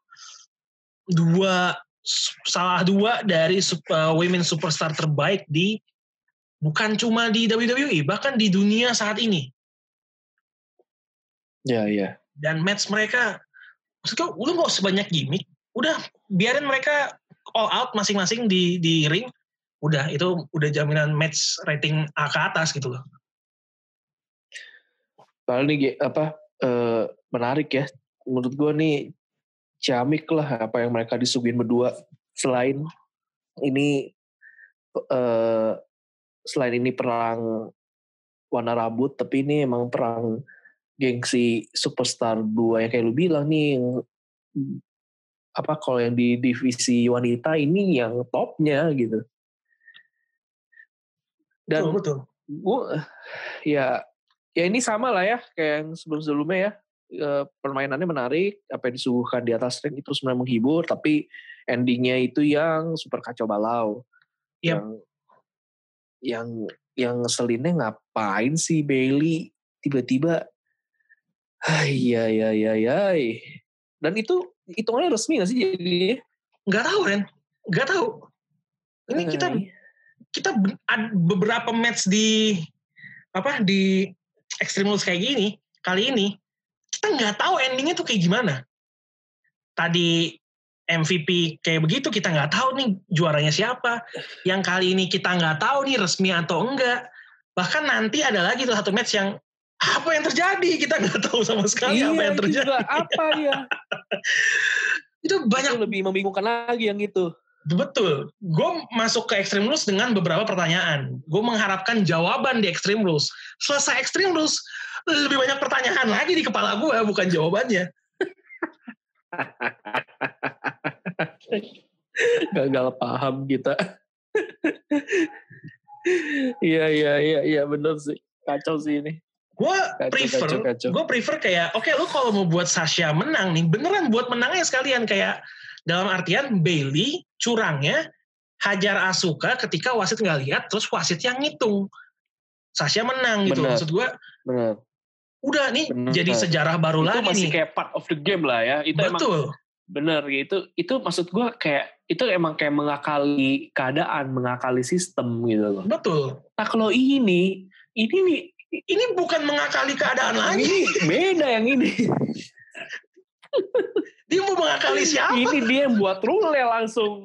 salah dua dari women superstar terbaik bukan cuma di WWE, bahkan di dunia saat ini. Ya, ya. Dan match mereka, maksudnya udah nggak sebanyak gimmick, udah biarin mereka all out masing-masing di ring, udah itu udah jaminan match rating A ke atas gitu loh. Padahal nih menarik ya, menurut gue nih ciamik lah apa yang mereka disuguhin berdua. Selain ini perang warna rambut, tapi ini emang perang gengsi superstar dua yang kayak lu bilang nih. Kalau yang di divisi wanita ini yang topnya gitu. Dan betul. Ya ini sama lah ya kayak yang sebelum-sebelumnya ya. Permainannya menarik, apa yang disuguhkan di atas ring itu sebenarnya menghibur, tapi endingnya itu yang super kacau balau. Yep. Yang ngeselinnya ngapain sih Bailey tiba-tiba iya. Dan itu hitungannya resmi gak sih jadinya? Nggak tahu Ren, nggak tahu. Ini kita beberapa match di Extreme Rules kayak gini kali ini kita nggak tahu endingnya tuh kayak gimana. Tadi MVP kayak begitu kita nggak tahu nih juaranya siapa. Yang kali ini kita nggak tahu nih resmi atau enggak. Bahkan nanti ada lagi tuh satu match yang apa yang terjadi kita nggak tahu sama sekali apa yang terjadi. Apa ya? Itu banyak. Itu lebih membingungkan lagi yang itu. Betul. Gue masuk ke Extreme Rules dengan beberapa pertanyaan. Gue mengharapkan jawaban di Extreme Rules. Selesai Extreme Rules, lebih banyak pertanyaan lagi di kepala gue, bukan jawabannya. Gagal paham kita. Iya bener sih. Kacau sih ini. Gue prefer kayak oke, lu kalau mau buat Sasha menang nih, beneran buat menangnya sekalian, kayak dalam artian Bailey curangnya hajar Asuka ketika wasit nggak lihat, terus wasit yang ngitung Sasha menang gitu. Maksud gue bener. Udah nih jadi sejarah baru lagi nih. Itu masih kayak part of the game lah ya. Itu betul. Emang bener gitu. Itu maksud gue kayak itu emang kayak mengakali keadaan, mengakali sistem gitu loh. Betul. Nah kalau ini bukan mengakali keadaan lagi. Ini beda yang ini. Dia mau mengakali siapa? Ini dia yang buat rule ya langsung.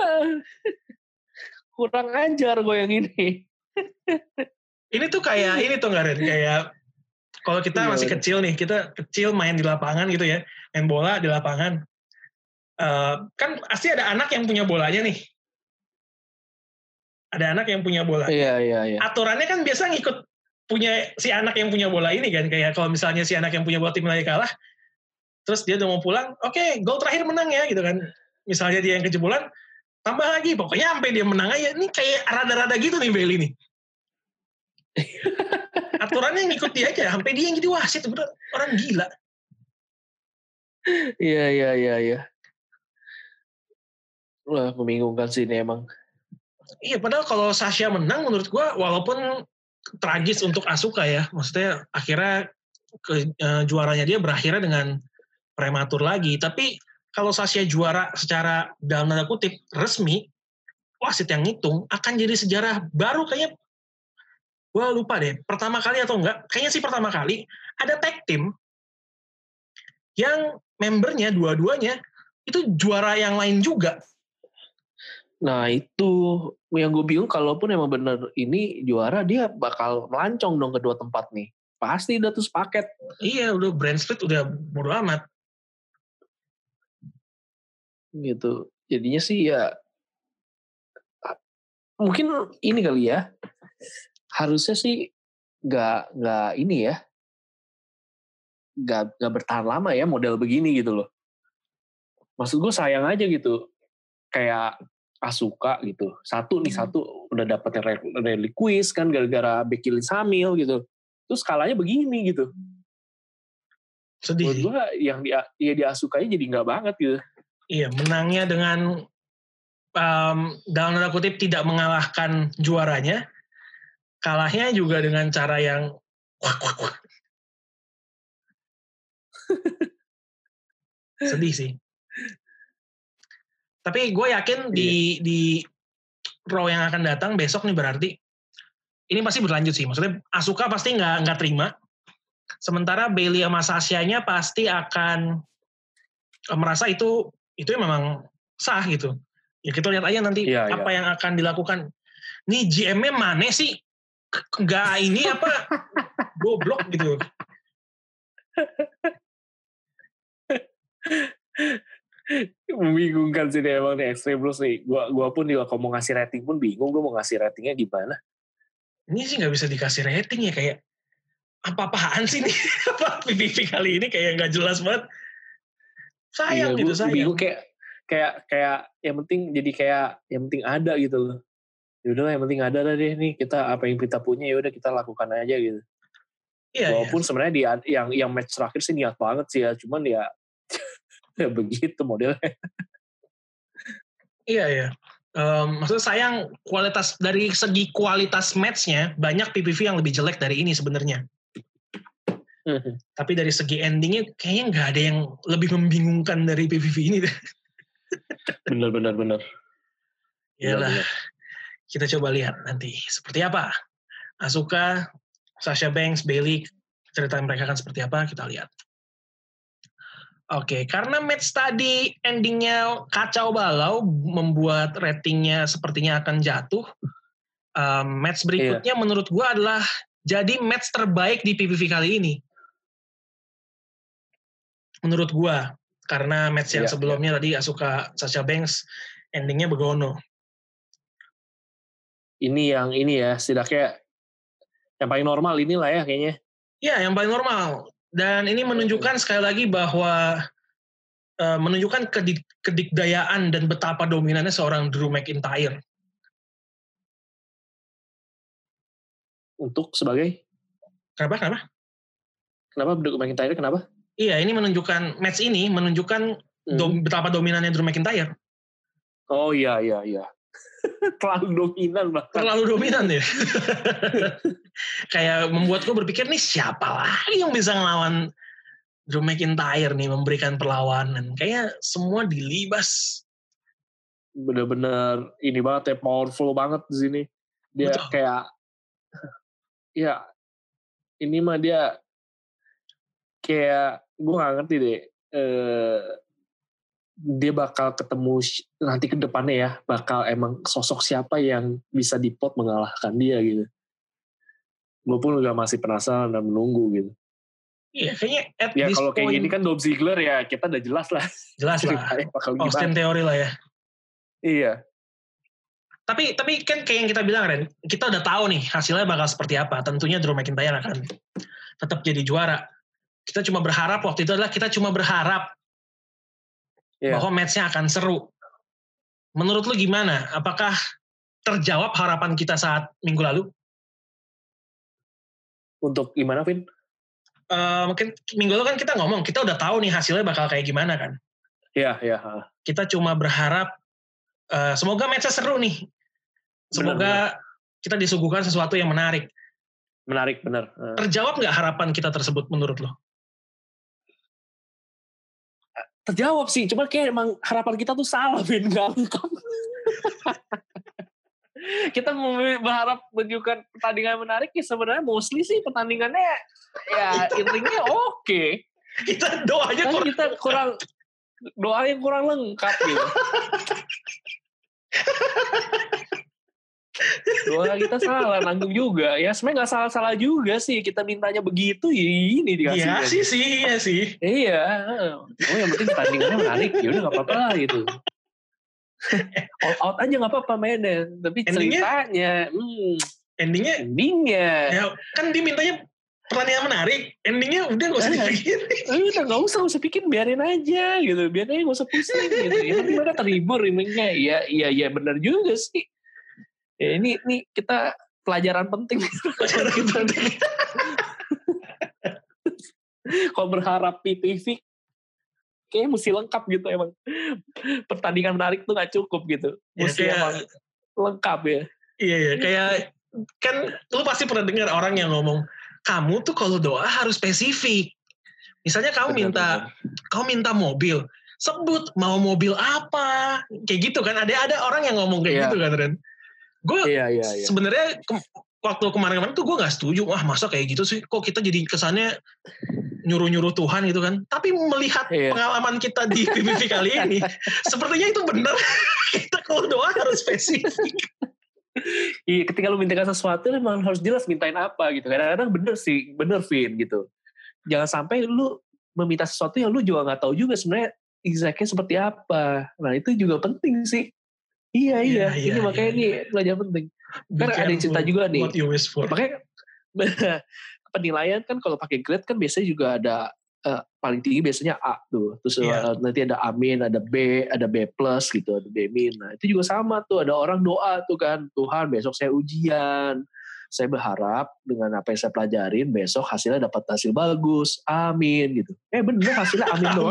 Kurang ajar gue yang ini. Ini tuh kayak ini tuh nggak, kayak kalau kita masih kecil nih, kita kecil main di lapangan gitu ya, main bola di lapangan. Kan pasti ada anak yang punya bolanya nih. Ada anak yang punya bola. Iya. Aturannya kan biasa ngikut punya si anak yang punya bola ini kan, kayak kalau misalnya si anak yang punya bola tim lagi kalah, terus dia udah mau pulang, oke, gol terakhir menang ya gitu kan. Misalnya dia yang kejebolan, tambah lagi, pokoknya sampai dia menang aja. Ini kayak rada-rada gitu nih Bailey nih. Aturannya ngikut dia aja, sampai dia yang jadi wasit, bener orang gila. Iya. Wah, membingungkan sih ini emang. Iya, padahal kalau Sasha menang menurut gue, walaupun tragis untuk Asuka ya, maksudnya akhirnya juaranya dia berakhirnya dengan prematur lagi, tapi kalau Sasha juara secara dalam tanda kutip resmi, wasit yang ngitung akan jadi sejarah baru kayaknya gue lupa deh, pertama kali atau enggak, kayaknya sih pertama kali, ada tag team yang membernya dua-duanya itu juara yang lain juga. Nah itu yang gue bingung, kalaupun emang bener ini juara, dia bakal melancong dong kedua tempat nih. Pasti udah tuh sepaket. Iya, udah brand split udah bodo amat. Gitu. Jadinya sih ya, mungkin ini kali ya, harusnya sih gak ini ya, gak bertahan lama ya model begini gitu loh. Maksud gue sayang aja gitu. Kayak Asuka gitu. Satu udah dapet rally quiz kan gara-gara Becky Lynch hamil gitu. Terus skalanya begini gitu. Sedih sih. Menurut gue yang di Asukanya jadi nggak banget gitu. Iya, menangnya dengan dalam tanda kutip tidak mengalahkan juaranya, kalahnya juga dengan cara yang sedih sih. Tapi gue yakin di Raw yang akan datang besok nih berarti ini pasti berlanjut sih. Maksudnya Asuka pasti nggak terima. Sementara Bayley sama Sasha-nya pasti akan merasa itu memang sah gitu. Ya kita lihat aja nanti apa yang akan dilakukan. Nih GM-nya mana sih? Nggak ini apa? Goblok gitu. Membingungkan sih dia emang nih Extreme Rules nih. Gua pun juga kalau mau ngasih rating pun bingung gue mau ngasih ratingnya gimana. Ini sih nggak bisa dikasih rating ya, kayak apa-apaan sih nih? Apa PPV kali ini kayak nggak jelas banget. Sayang gitu, sayang. Bingung kayak yang penting jadi kayak yang penting ada gitu loh. Yaudah yang penting ada deh nih, kita apa yang kita punya yaudah kita lakukan aja gitu. Iya, walaupun sebenarnya yang match terakhir sih niat banget sih ya, cuman ya ya begitu modelnya. Iya. Maksudnya sayang dari segi kualitas matchnya banyak PPV yang lebih jelek dari ini sebenarnya. Tapi dari segi endingnya kayaknya nggak ada yang lebih membingungkan dari PPV ini deh. Bener. Yalah, kita coba lihat nanti seperti apa. Asuka, Sasha Banks, Bayley, cerita mereka akan seperti apa, kita lihat. Oke, karena match tadi endingnya kacau balau, membuat ratingnya sepertinya akan jatuh. Match berikutnya menurut gue adalah jadi match terbaik di PPV kali ini. Menurut gue, karena match yang sebelumnya tadi Asuka Sasha Banks, endingnya begono. Ini ya, setidaknya yang paling normal inilah ya kayaknya. Ya, yang paling normal. Dan ini menunjukkan sekali lagi bahwa menunjukkan kedikdayaan dan betapa dominannya seorang Drew McIntyre. Untuk sebagai? Kenapa? Kenapa Drew McIntyre? Kenapa? Iya, ini menunjukkan match ini menunjukkan betapa dominannya Drew McIntyre. Oh iya. Terlalu dominan bahkan. Terlalu dominan ya. Kayak membuat gue berpikir nih siapa lagi yang bisa ngelawan Drew McIntyre nih, memberikan perlawanan. Kayaknya semua dilibas. Bener-bener ini banget ya, powerful banget di sini. Dia betul. Kayak ya ini mah dia kayak gue gak ngerti deh, dia bakal ketemu nanti ke depannya ya, bakal emang sosok siapa yang bisa dipot mengalahkan dia gitu. Gue pun juga masih penasaran dan menunggu gitu. Iya, kayaknya ya kalau kayak gini kan Dolph Ziggler ya kita udah jelas lah. Jelas lah. Austin Theory lah ya. Iya. Tapi kan kayak yang kita bilang Ren, kita udah tahu nih hasilnya bakal seperti apa. Tentunya Drew McIntyre akan tetap jadi juara. Kita cuma berharap waktu itu adalah bahwa match-nya akan seru. Menurut lu gimana? Apakah terjawab harapan kita saat minggu lalu? Untuk gimana, Vin? Mungkin minggu lalu kan kita ngomong, kita udah tahu nih hasilnya bakal kayak gimana kan? Iya. Kita cuma berharap semoga match-nya seru nih. Semoga kita disuguhkan sesuatu yang menarik. Menarik, benar. Terjawab nggak harapan kita tersebut menurut lo? Terjawab sih, cuma kayak emang harapan kita tuh salah, Vin. Nggak lengkap. kita berharap menunjukkan pertandingan menarik ya sebenarnya mostly sih pertandingannya ya intinya oke. Kita doanya kurang doa yang kurang lengkap gitu. Doa kita salah nanggung juga ya sebenarnya nggak salah juga sih kita mintanya begitu ya ini dikasihnya. Iya sih. Iya, yang penting pertandingannya menarik ya udah nggak apa-apa lah gitu. All out aja nggak apa-apa mainnya tapi ceritanya endingnya ya kan dimintanya pertandingan menarik, endingnya udah gak usah dipikirin. Udah gak usah pikirin, biarin aja gitu. Biarin aja gak usah pusing gitu. Yang penting mereka terhibur remake-nya. Iya benar juga sih. Ya, ini kita pelajaran penting. Kalau berharap PPV kayaknya mesti lengkap gitu emang. Pertandingan menarik tuh gak cukup gitu. Mesti emang lengkap ya. Iya, kayak kan lu pasti pernah dengar orang yang ngomong kamu tuh kalau doa harus spesifik. Misalnya kamu minta mobil, sebut mau mobil apa, kayak gitu kan. Ada orang yang ngomong kayak gitu kan, Ren. Gue sebenarnya waktu kemarin-kemarin tuh gue nggak setuju. Wah masa kayak gitu sih? Kok kita jadi kesannya nyuruh-nyuruh Tuhan gitu kan? Tapi melihat pengalaman kita di PPV kali ini, sepertinya itu benar. Kita kalau doa harus spesifik. Iya, ketika lu mintakan sesuatu memang harus jelas mintain apa gitu. Kadang-kadang bener Vin gitu. Jangan sampai lu meminta sesuatu yang lu juga nggak tahu juga sebenarnya exactly seperti apa. Nah itu juga penting sih. Iya. Ini makanya ini pelajaran penting. Kan ada yang cerita juga nih. Makanya penilaian kan kalau pakai grade kan biasanya juga ada paling tinggi biasanya A tuh. Terus nanti ada A-, ada B, ada B+, gitu, ada B-. Nah, itu juga sama tuh, ada orang doa tuh kan, Tuhan besok saya ujian. Saya berharap dengan apa yang saya pelajarin besok hasilnya dapat hasil bagus. Amin gitu. Bener hasilnya amin doang.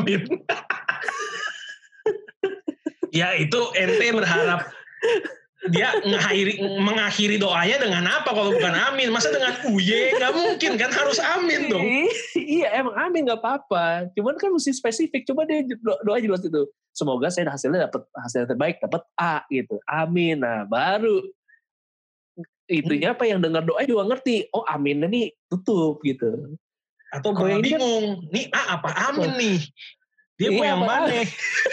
Ya itu ente berharap dia mengakhiri doanya dengan apa kalau bukan amin? Masa dengan uye? Gak mungkin kan, harus amin dong. Iya emang amin gak apa-apa. Cuman kan mesti spesifik. Coba dia doa jelas itu. Semoga saya hasilnya dapat hasil terbaik, dapat A gitu. Amin. Nah baru itunya apa yang dengar doa juga ngerti. Oh aminnya nih tutup gitu. Atau gue bingung. Nih A apa amin nih? Dia mau yang mana?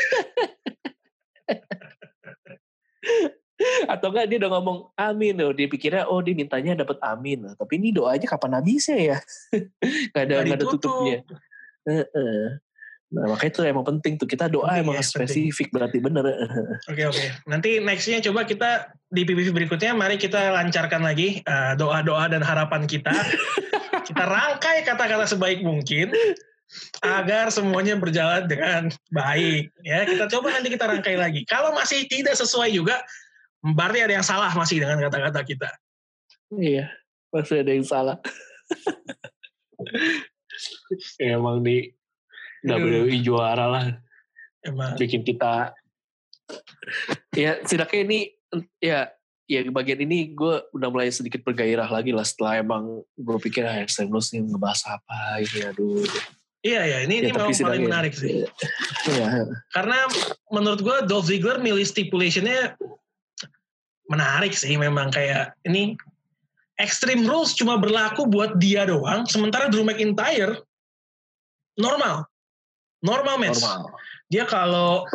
Atau enggak dia udah ngomong amin loh, dia pikirnya dia mintanya dapat amin, tapi ini doanya kapan habisnya ya? Gak ada tutupnya. Nah makanya itu emang penting tuh, kita doa emang spesifik berarti bener. Oke. Nanti nextnya coba kita di PPV berikutnya mari kita lancarkan lagi doa-doa dan harapan kita. Kita rangkai kata-kata sebaik mungkin agar semuanya berjalan dengan baik. Ya, kita coba nanti kita rangkai lagi. Kalau masih tidak sesuai juga, berarti ada yang salah masih dengan kata-kata kita. Iya, masih ada yang salah. Emang nih WWE juara lah. Emang. Bikin kita ya setidaknya ini ya bagian ini gue udah mulai sedikit bergairah lagi lah setelah emang gue pikir Extreme Rules ini ngebahas apa ini aduh. Iya, ini memang paling menarik sih. Iya. Karena menurut gue Dolph Ziggler milih stipulationnya menarik sih, memang kayak ini Extreme Rules cuma berlaku buat dia doang, sementara Drew McIntyre normal match. Dia kalau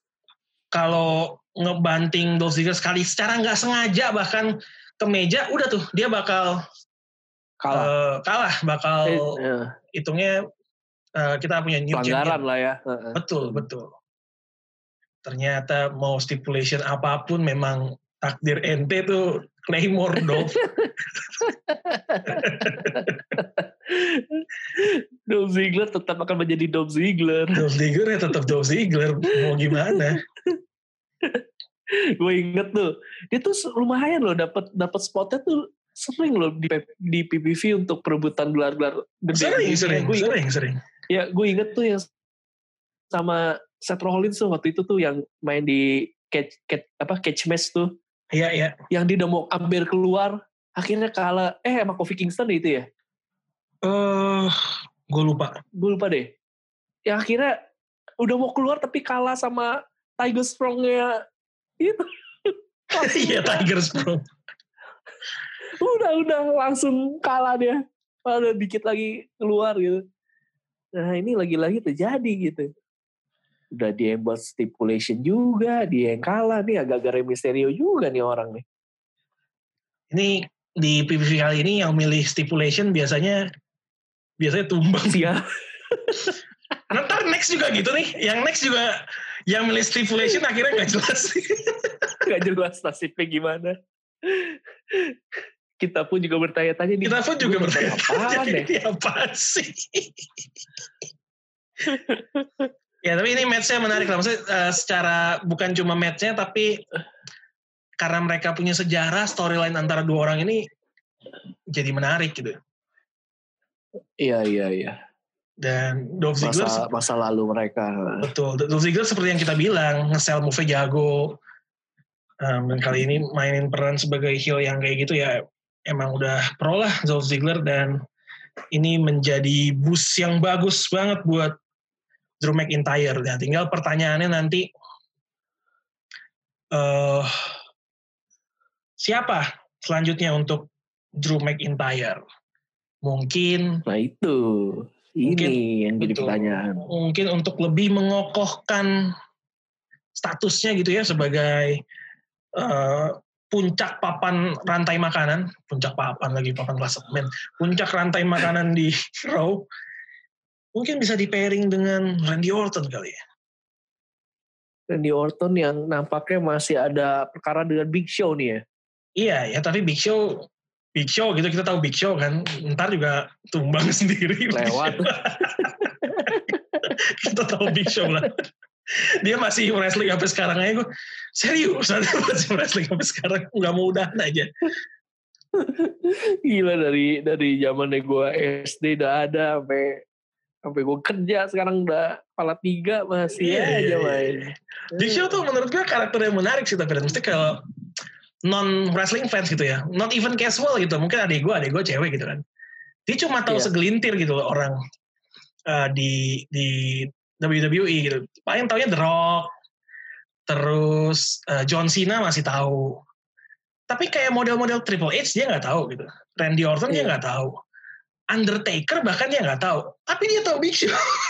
ngebanting Dolph Ziggler sekali secara nggak sengaja bahkan ke meja, udah tuh dia bakal kalah, bakal hitungnya kita punya new pelanggaran champion lah ya. Betul. Ternyata mau stipulation apapun memang takdir ente tuh Claymore Dolph. Dolph Ziggler tetap akan menjadi Dolph Ziggler. Dolph Ziggler ya tetap Dolph Ziggler. Mau gimana? Gue inget tuh, dia tuh lumayan loh dapat spotnya tuh sering loh di PPV untuk perebutan gelar-gelar gede. Sering. Ya gue inget tuh yang sama Seth Rollins tuh waktu itu tuh yang main di catch match tuh. Iya. Yang dia udah mau ambil keluar, akhirnya kalah. Sama Kofi Kingston itu ya? Gue lupa deh. Yang akhirnya udah mau keluar tapi kalah sama Tiger Strong-nya itu. Iya, Tigers bro. Udah langsung kalah dia. Udah dikit lagi keluar gitu. Nah ini lagi-lagi terjadi gitu. Udah dia yang buat stipulation juga, dia yang kalah nih, agak-agak Mysterio juga nih orang nih. Ini di PPV kali ini yang milih stipulation biasanya tumbang. Siap. Ntar next juga gitu nih, yang next juga yang milih stipulation akhirnya nggak jelas. Nggak jelas nasibnya gimana. Kita pun juga bertanya-tanya nih. Kita pun juga bertanya-tanya ini apa sih? Ya tapi ini match-nya menarik lah. Maksudnya secara bukan cuma match-nya tapi karena mereka punya sejarah, storyline antara dua orang ini jadi menarik gitu. Iya. Dan Dolph Ziggler masa lalu mereka. Betul. Dolph Ziggler seperti yang kita bilang, nge-sell move-nya jago. Dan kali ini mainin peran sebagai heel yang kayak gitu ya emang udah pro lah Dolph Ziggler, dan ini menjadi boost yang bagus banget buat Drew McIntyre. Nah, tinggal pertanyaannya nanti siapa selanjutnya untuk Drew McIntyre? Mungkin ini yang jadi pertanyaan. Mungkin untuk lebih mengokohkan statusnya gitu ya sebagai puncak papan rantai makanan, puncak klasemen, puncak rantai makanan di Raw, mungkin bisa di pairing dengan Randy Orton kali ya. Randy Orton yang nampaknya masih ada perkara dengan Big Show nih ya. Iya ya, tapi Big Show gitu, kita tahu Big Show kan, ntar juga tumbang sendiri. Lewat. Kita tahu Big Show lah. Dia masih wrestling sampai sekarang aja. Gue serius, masih wrestling sampai sekarang, nggak mau udahan aja. Gila, dari zamannya gue SD udah ada sampai gue kerja sekarang udah kepala 3 masih aja main. Big Show tuh menurut gue karakternya menarik sih, tapi mesti kalau non wrestling fans gitu ya, not even casual gitu, mungkin adek gue cewek gitu kan, dia cuma tahu segelintir gitu loh orang di WWE gitu, paling taunya The Rock, terus John Cena masih tahu, tapi kayak model-model Triple H dia nggak tahu gitu, Randy Orton dia nggak tahu, Undertaker bahkan dia nggak tahu, tapi dia tahu Big Show.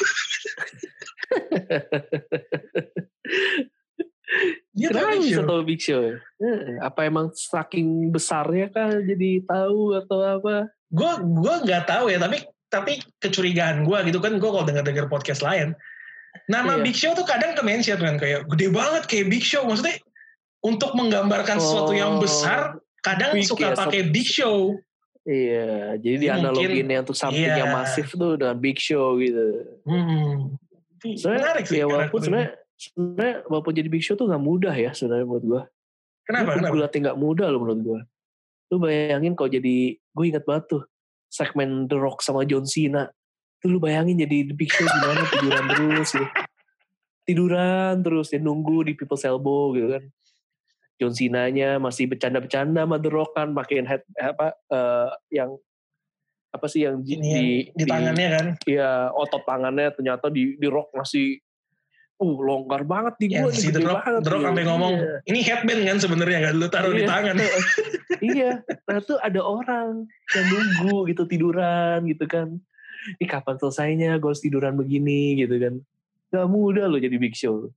Dia bisa tahu Big Show. Apa emang saking besarnya kan jadi tahu atau apa? Gue nggak tahu ya, tapi kecurigaan gue gitu kan, gue kalau dengar podcast lain, nama Big Show tuh kadang ke-mention kan, kayak gede banget kayak Big Show, maksudnya untuk menggambarkan sesuatu yang besar kadang suka pakai Big Show. Iya, jadi dianalogin yang untuk something yang masif tuh dengan Big Show gitu. Menarik sih. Ya walaupun sebenarnya walaupun jadi Big Show tuh nggak mudah ya sebenarnya menurut gue. Kenapa? Gulatnya nggak mudah loh menurut gue. Lu bayangin kalau jadi, gue ingat banget tuh segmen The Rock sama John Cena. Tuh lu bayangin jadi The Big Show gimana, tiduran terus gitu. Tiduran terus ya, nunggu di People's Elbow gitu kan. John Cena-nya masih bercanda-bercanda sama The Rock kan, pakein yang apa sih yang di tangannya kan? Iya, otot tangannya ternyata di Rock masih longgar banget di gue. Si The Rock sampai ngomong, ini headband kan sebenarnya, nggak lu taruh di tangan. Iya, nah tuh ada orang yang nunggu gitu, tiduran gitu kan. Ini kapan selesainya, gue harus tiduran begini gitu kan. Gak mudah loh jadi Big Show.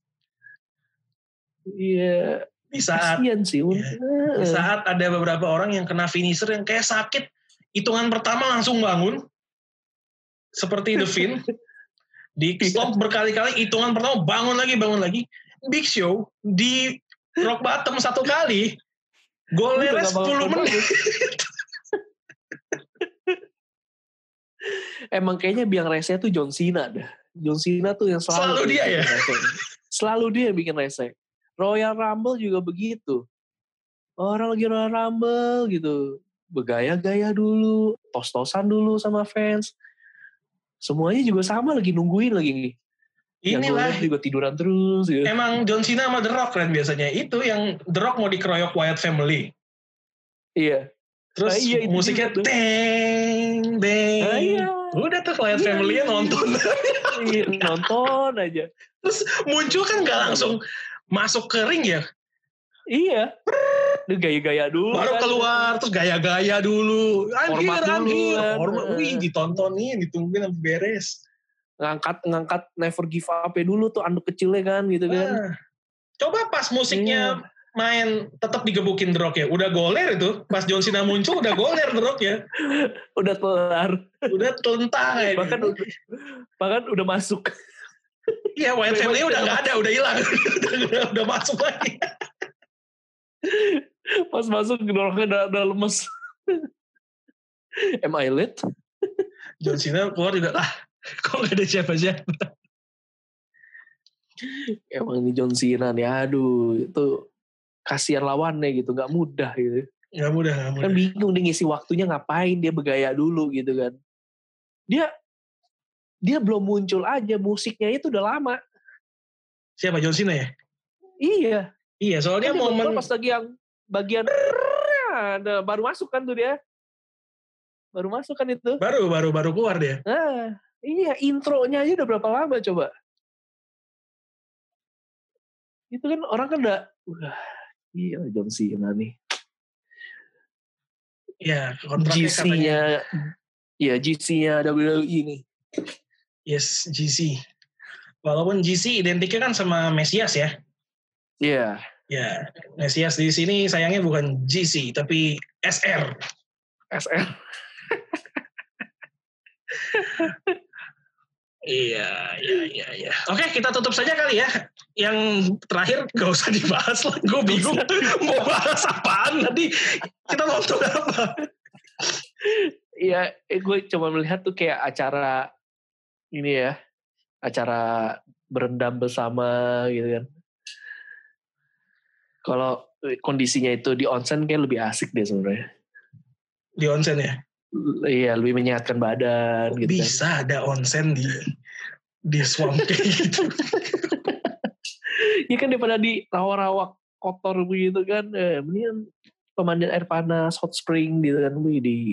Iya. Di saat ada beberapa orang yang kena finisher yang kayak sakit, hitungan pertama langsung bangun, seperti The Finn, di stop berkali-kali, hitungan pertama bangun lagi. Big Show di rock bottom 1 kali, golnya 10 menit. Emang kayaknya biang rese tuh John Cena dah. John Cena tuh yang selalu dia ya. Selalu dia yang bikin rese. Royal Rumble juga begitu. Orang lagi Royal Rumble gitu, bergaya-gaya dulu, tos-tosan dulu sama fans. Semuanya juga sama, lagi nungguin lagi. Inilah yang juga tiduran terus gitu. Emang John Cena sama The Rock kan biasanya. Itu yang The Rock mau dikeroyok Wyatt Family. Iya. Terus musiknya teng. Udah tuh Wyatt Family-nya nonton. Iya, nonton aja. Terus muncul kan gak langsung masuk ke ring ya. Iya. Dia gaya-gaya dulu. Baru kan. keluar terus gaya-gaya dulu. I'm Hormat here. kan. Hormat. Wih, ditontonin, ditungguin sampai beres. Ngangkat Never Give Up dulu tuh anduk kecilnya kan gitu kan. Coba pas musiknya main tetap digebukin The Rock ya. Udah goler itu. Pas John Cena muncul udah goler The Rock ya. Udah kelar. Udah telentang ya. Bahkan udah masuk. Iya, Wyatt Family udah gak ada, udah hilang. udah masuk lagi. Pas masuk The Rocknya udah lemes. Am I late? John Cena keluar juga lah. Kok gak ada siapa-siapa. Emang ini John Cena nih, aduh itu kasihan lawannya gitu, gak mudah gitu. Gak mudah. Kan bingung dia ngisi waktunya ngapain, dia bergaya dulu gitu kan. Dia belum muncul aja, musiknya itu udah lama. Siapa, John Cena ya? Iya, soalnya kan momen pas lagi yang bagian baru masuk kan tuh dia. Baru masuk kan itu. Baru keluar dia. Nah, iya, intronya aja udah berapa lama coba. Itu kan orang kan udah, gila John Cena nih. Ya, kontraknya GC-nya WWE nih. Yes, GC. Walaupun GC identiknya kan sama Mesias ya. Iya. Ya, Mesias di sini sayangnya bukan GC tapi SR. Iya. Oke, kita tutup saja kali ya. Yang terakhir gak usah dibahas lah. Gue bingung mau bahas apaan tadi. Kita nonton apa? Iya, gue coba melihat tuh kayak acara ini ya. Acara berendam bersama gitu kan. Kalau kondisinya itu di onsen kayak lebih asik deh sebenarnya. Di onsen ya? Iya, lebih menyehatkan badan. Gitu bisa kan. Ada onsen di swamp kayak gitu. Iya kan daripada di rawa-rawa kotor begitu kan. Mendingan pemandian air panas, hot spring gitu kan.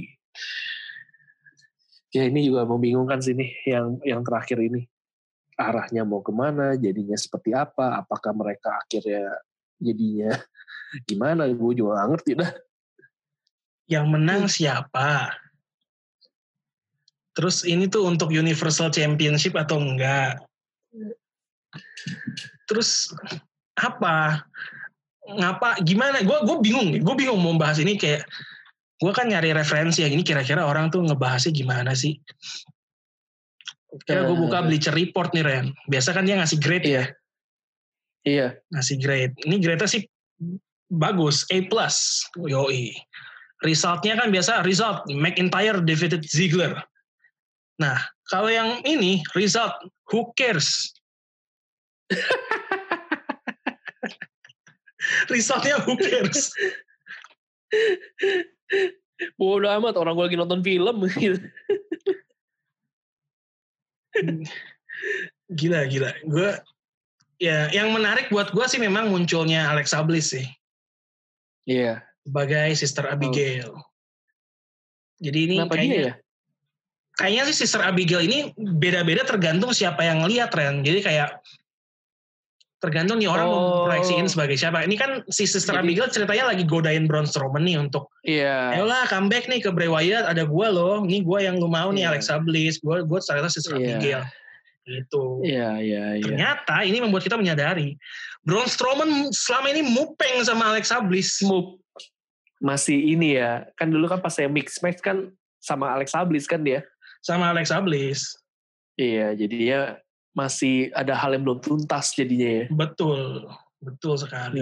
Ya ini juga membingungkan sih nih yang terakhir ini. Arahnya mau kemana, jadinya seperti apa, apakah mereka akhirnya jadinya gimana, gue juga gak ngerti dah. Yang menang siapa? Terus ini tuh untuk Universal Championship atau enggak? Terus apa? Ngapa? Gimana? Gue bingung mau bahas ini kayak gue kan nyari referensi ya. Ini kira-kira orang tuh ngebahasnya gimana sih? Kira gue buka Bleacher Report nih Ren. Biasa kan dia ngasih grade ya. Iya. Ngasih grade. Ini grade-nya sih bagus, A+. Yoi. Resultnya kan biasa result McIntyre defeated Ziggler. Nah, kalau yang ini result who cares? Resultnya who cares? Bodoh amat, orang gue lagi nonton film gitu. Gila. Gue ya yang menarik buat gue sih memang munculnya Alexa Bliss sih. Iya. Sebagai Sister Abigail. Jadi ini kayaknya sih Sister Abigail ini beda-beda tergantung siapa yang lihat Ren. Jadi kayak tergantung nih orang mau proyeksiin sebagai siapa. Ini kan si Sister Abigail ceritanya lagi godain Braun Strowman nih untuk ayolah comeback nih ke Bray Wyatt, ada gue loh, ini gue yang lu mau nih Alexa Bliss, gue ternyata Sister Abigail gitu. Ternyata ini membuat kita menyadari Braun Strowman selama ini mupeng sama Alexa Bliss. Masih ini ya, kan dulu kan pas saya mix match kan sama Alexa Bliss kan dia. Sama Alexa Bliss. Iya, jadinya masih ada hal yang belum tuntas jadinya ya. Betul sekali.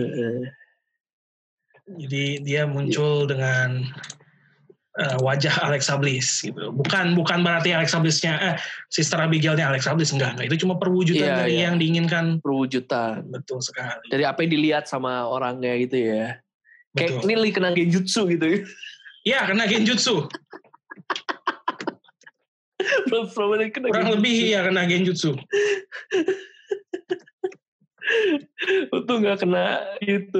Jadi dia muncul dengan wajah Alexa Bliss gitu. Bukan berarti Alexa Bliss-nya Sister Abigail-nya Alexa Bliss enggak. Itu cuma perwujudan dari yang diinginkan. Perwujudan. Betul sekali. Dari apa yang dilihat sama orangnya gitu ya. Betul. Kayak ini kena genjutsu gitu ya. Iya, kena genjutsu. Kurang lebih ya kena genjutsu. Untung gak kena itu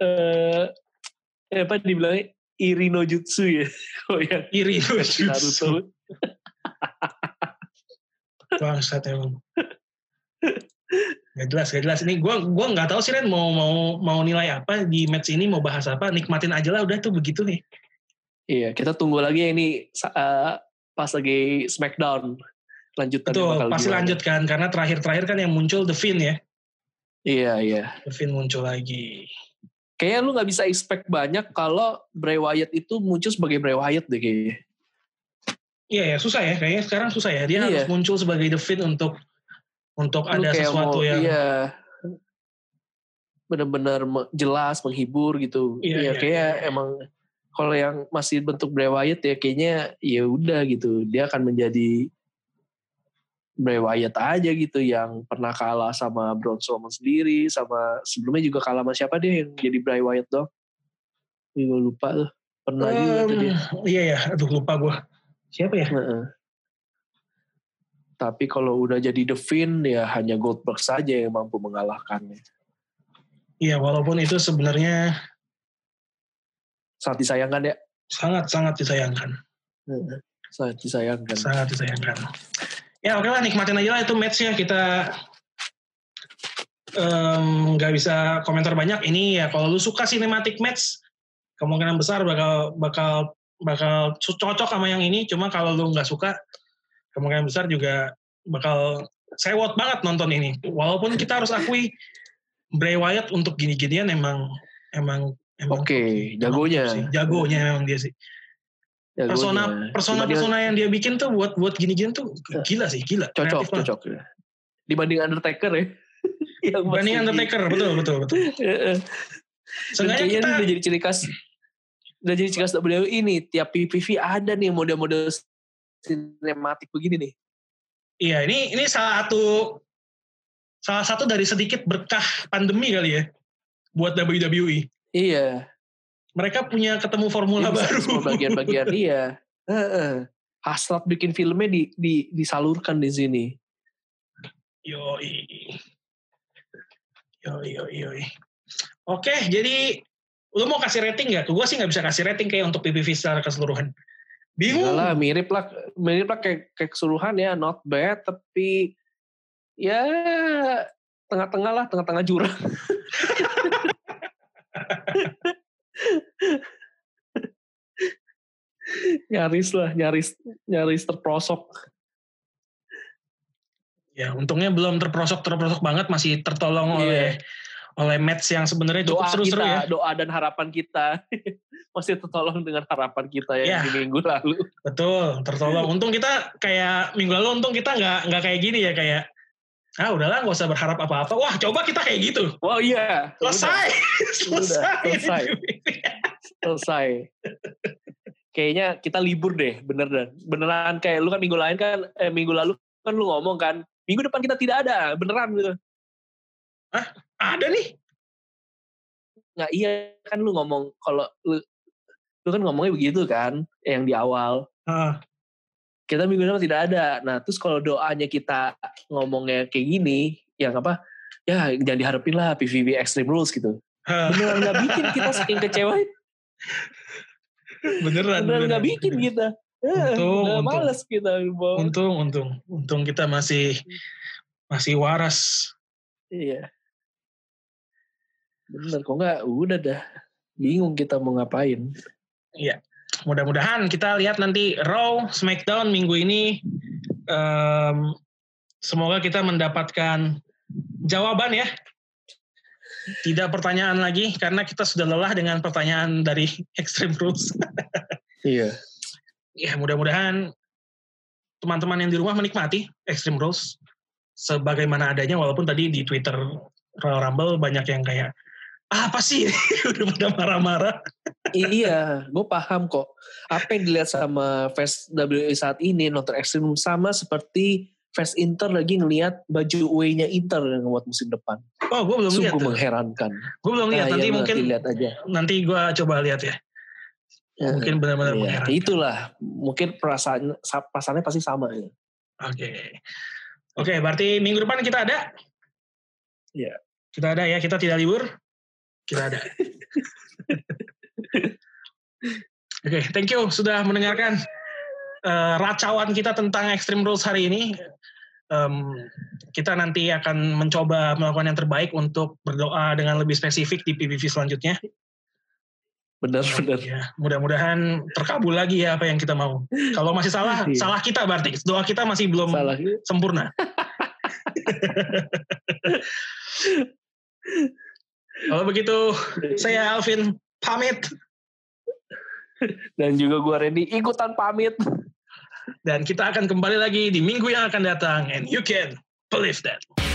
apa dibilangnya Irino Jutsu ya. Irino Jutsu. Bangsat emang. Gak jelas. Ini gue nggak tahu sih Ren mau nilai apa di match ini, mau bahas apa, nikmatin aja lah udah tuh begitu nih. Iya, kita tunggu lagi ya ini pas lagi Smackdown lanjutannya Betul, bakal pasti gimana. lanjut kan, karena terakhir kan yang muncul The Fiend ya. Iya. The Fiend muncul lagi. Kayaknya lu nggak bisa expect banyak kalau Bray Wyatt itu muncul sebagai Bray Wyatt deh kayaknya. Iya ya, susah ya, kayaknya sekarang susah ya. Dia harus muncul sebagai The Fiend untuk ada sesuatu yang benar-benar jelas, menghibur gitu. Iya. Kayak emang kalau yang masih bentuk Bray Wyatt ya kayaknya ya udah gitu. Dia akan menjadi Bray Wyatt aja gitu yang pernah kalah sama Braun Strowman sendiri, sama sebelumnya juga kalah sama siapa dia yang jadi Bray Wyatt dong. Gue lupa tuh. Pernah juga tuh dia. Iya ya, aduh lupa gue. Siapa ya? Tapi kalau udah jadi The Fiend ya hanya Goldberg saja yang mampu mengalahkannya. Iya, walaupun itu sebenarnya sangat disayangkan ya. Sangat disayangkan. Sangat disayangkan. Ya oke lah, nikmatin aja lah itu match-nya. Kita nggak bisa komentar banyak. Ini ya kalau lu suka cinematic match, kemungkinan besar bakal cocok sama yang ini. Cuma kalau lu nggak suka, kemungkinan besar juga bakal sewot banget nonton ini. Walaupun kita harus akui Bray Wyatt untuk gini-ginian emang jagonya memang dia sih. Persona yang dia bikin tuh buat gini-gini tuh gila. Cocok. Dibanding Undertaker ya. Dibanding Undertaker, betul. Seenggaknya kita udah jadi ciri khas WWE ini. Tiap PPV ada nih model-model sinematik begini nih. Iya, ini salah satu dari sedikit berkah pandemi kali ya buat WWE. Iya. Mereka punya ketemu formula baru. Semua bagian-bagian iya. Hasrat bikin filmnya disalurkan di sini. Yoi. Oke, jadi lu mau kasih rating nggak? Gue sih nggak bisa kasih rating kayak untuk PPV secara keseluruhan. Bingung. Lah, mirip lah kayak keseluruhan ya, not bad, tapi ya tengah-tengah jurang. nyaris terprosok. Ya, untungnya belum terprosok banget, masih tertolong oleh match yang sebenarnya cukup seru-seru ya. Doa dan harapan kita masih tertolong dengan harapan kita yang di minggu lalu. Betul, tertolong. Untung kita kayak minggu lalu nggak kayak gini ya, kayak udahlah nggak usah berharap apa-apa. Wah, coba kita kayak gitu. Wah iya. Selesai. Kayaknya kita libur deh, beneran kayak lu kan minggu lalu kan lu ngomong kan, minggu depan kita tidak ada, beneran gitu. Ada nih? Nggak, iya kan lu ngomong, kalau lu kan ngomongnya begitu kan, yang di awal. Kita minggu depan tidak ada. Nah, terus kalau doanya kita ngomongnya kayak gini, yang apa, ya jangan diharapin lah PVV Extreme Rules gitu. Beneran nggak bikin kita saking kecewa. Beneran nggak bikin kita. Untung. Males kita. Untung kita masih waras. Iya. Bener, kok nggak udah dah. Bingung kita mau ngapain. Iya. Mudah-mudahan kita lihat nanti Raw, Smackdown minggu ini. Semoga kita mendapatkan jawaban ya. Tidak pertanyaan lagi, karena kita sudah lelah dengan pertanyaan dari Extreme Rules. Iya. Ya, mudah-mudahan teman-teman yang di rumah menikmati Extreme Rules sebagaimana adanya, walaupun tadi di Twitter Royal Rumble banyak yang kayak, apa sih? Udah pada marah-marah. Iya, gue paham kok. Apa yang dilihat sama fans WWE saat ini, nonton Extreme sama seperti fans Inter lagi ngelihat baju away-nya Inter yang buat musim depan. Oh, gue belum lihat. Sungguh mengherankan. Gue belum lihat. Nanti mungkin lihat aja. Nanti gue coba lihat ya. Mungkin benar-benar mengherankan. Itulah, mungkin perasaannya pasti sama ya. Oke, berarti minggu depan kita ada? Iya. Kita ada ya, kita tidak libur. Kita ada. Oke, thank you sudah mendengarkan racauan kita tentang Extreme Rules hari ini. Kita nanti akan mencoba melakukan yang terbaik untuk berdoa dengan lebih spesifik di PPV selanjutnya. Benar. Ya, mudah-mudahan terkabul lagi ya apa yang kita mau. Kalau masih salah, salah kita berarti. Doa kita masih belum sempurna. Kalau begitu, saya Alvin pamit. Dan juga gue Randy ikutan pamit. Dan kita akan kembali lagi di minggu yang akan datang. And you can believe that.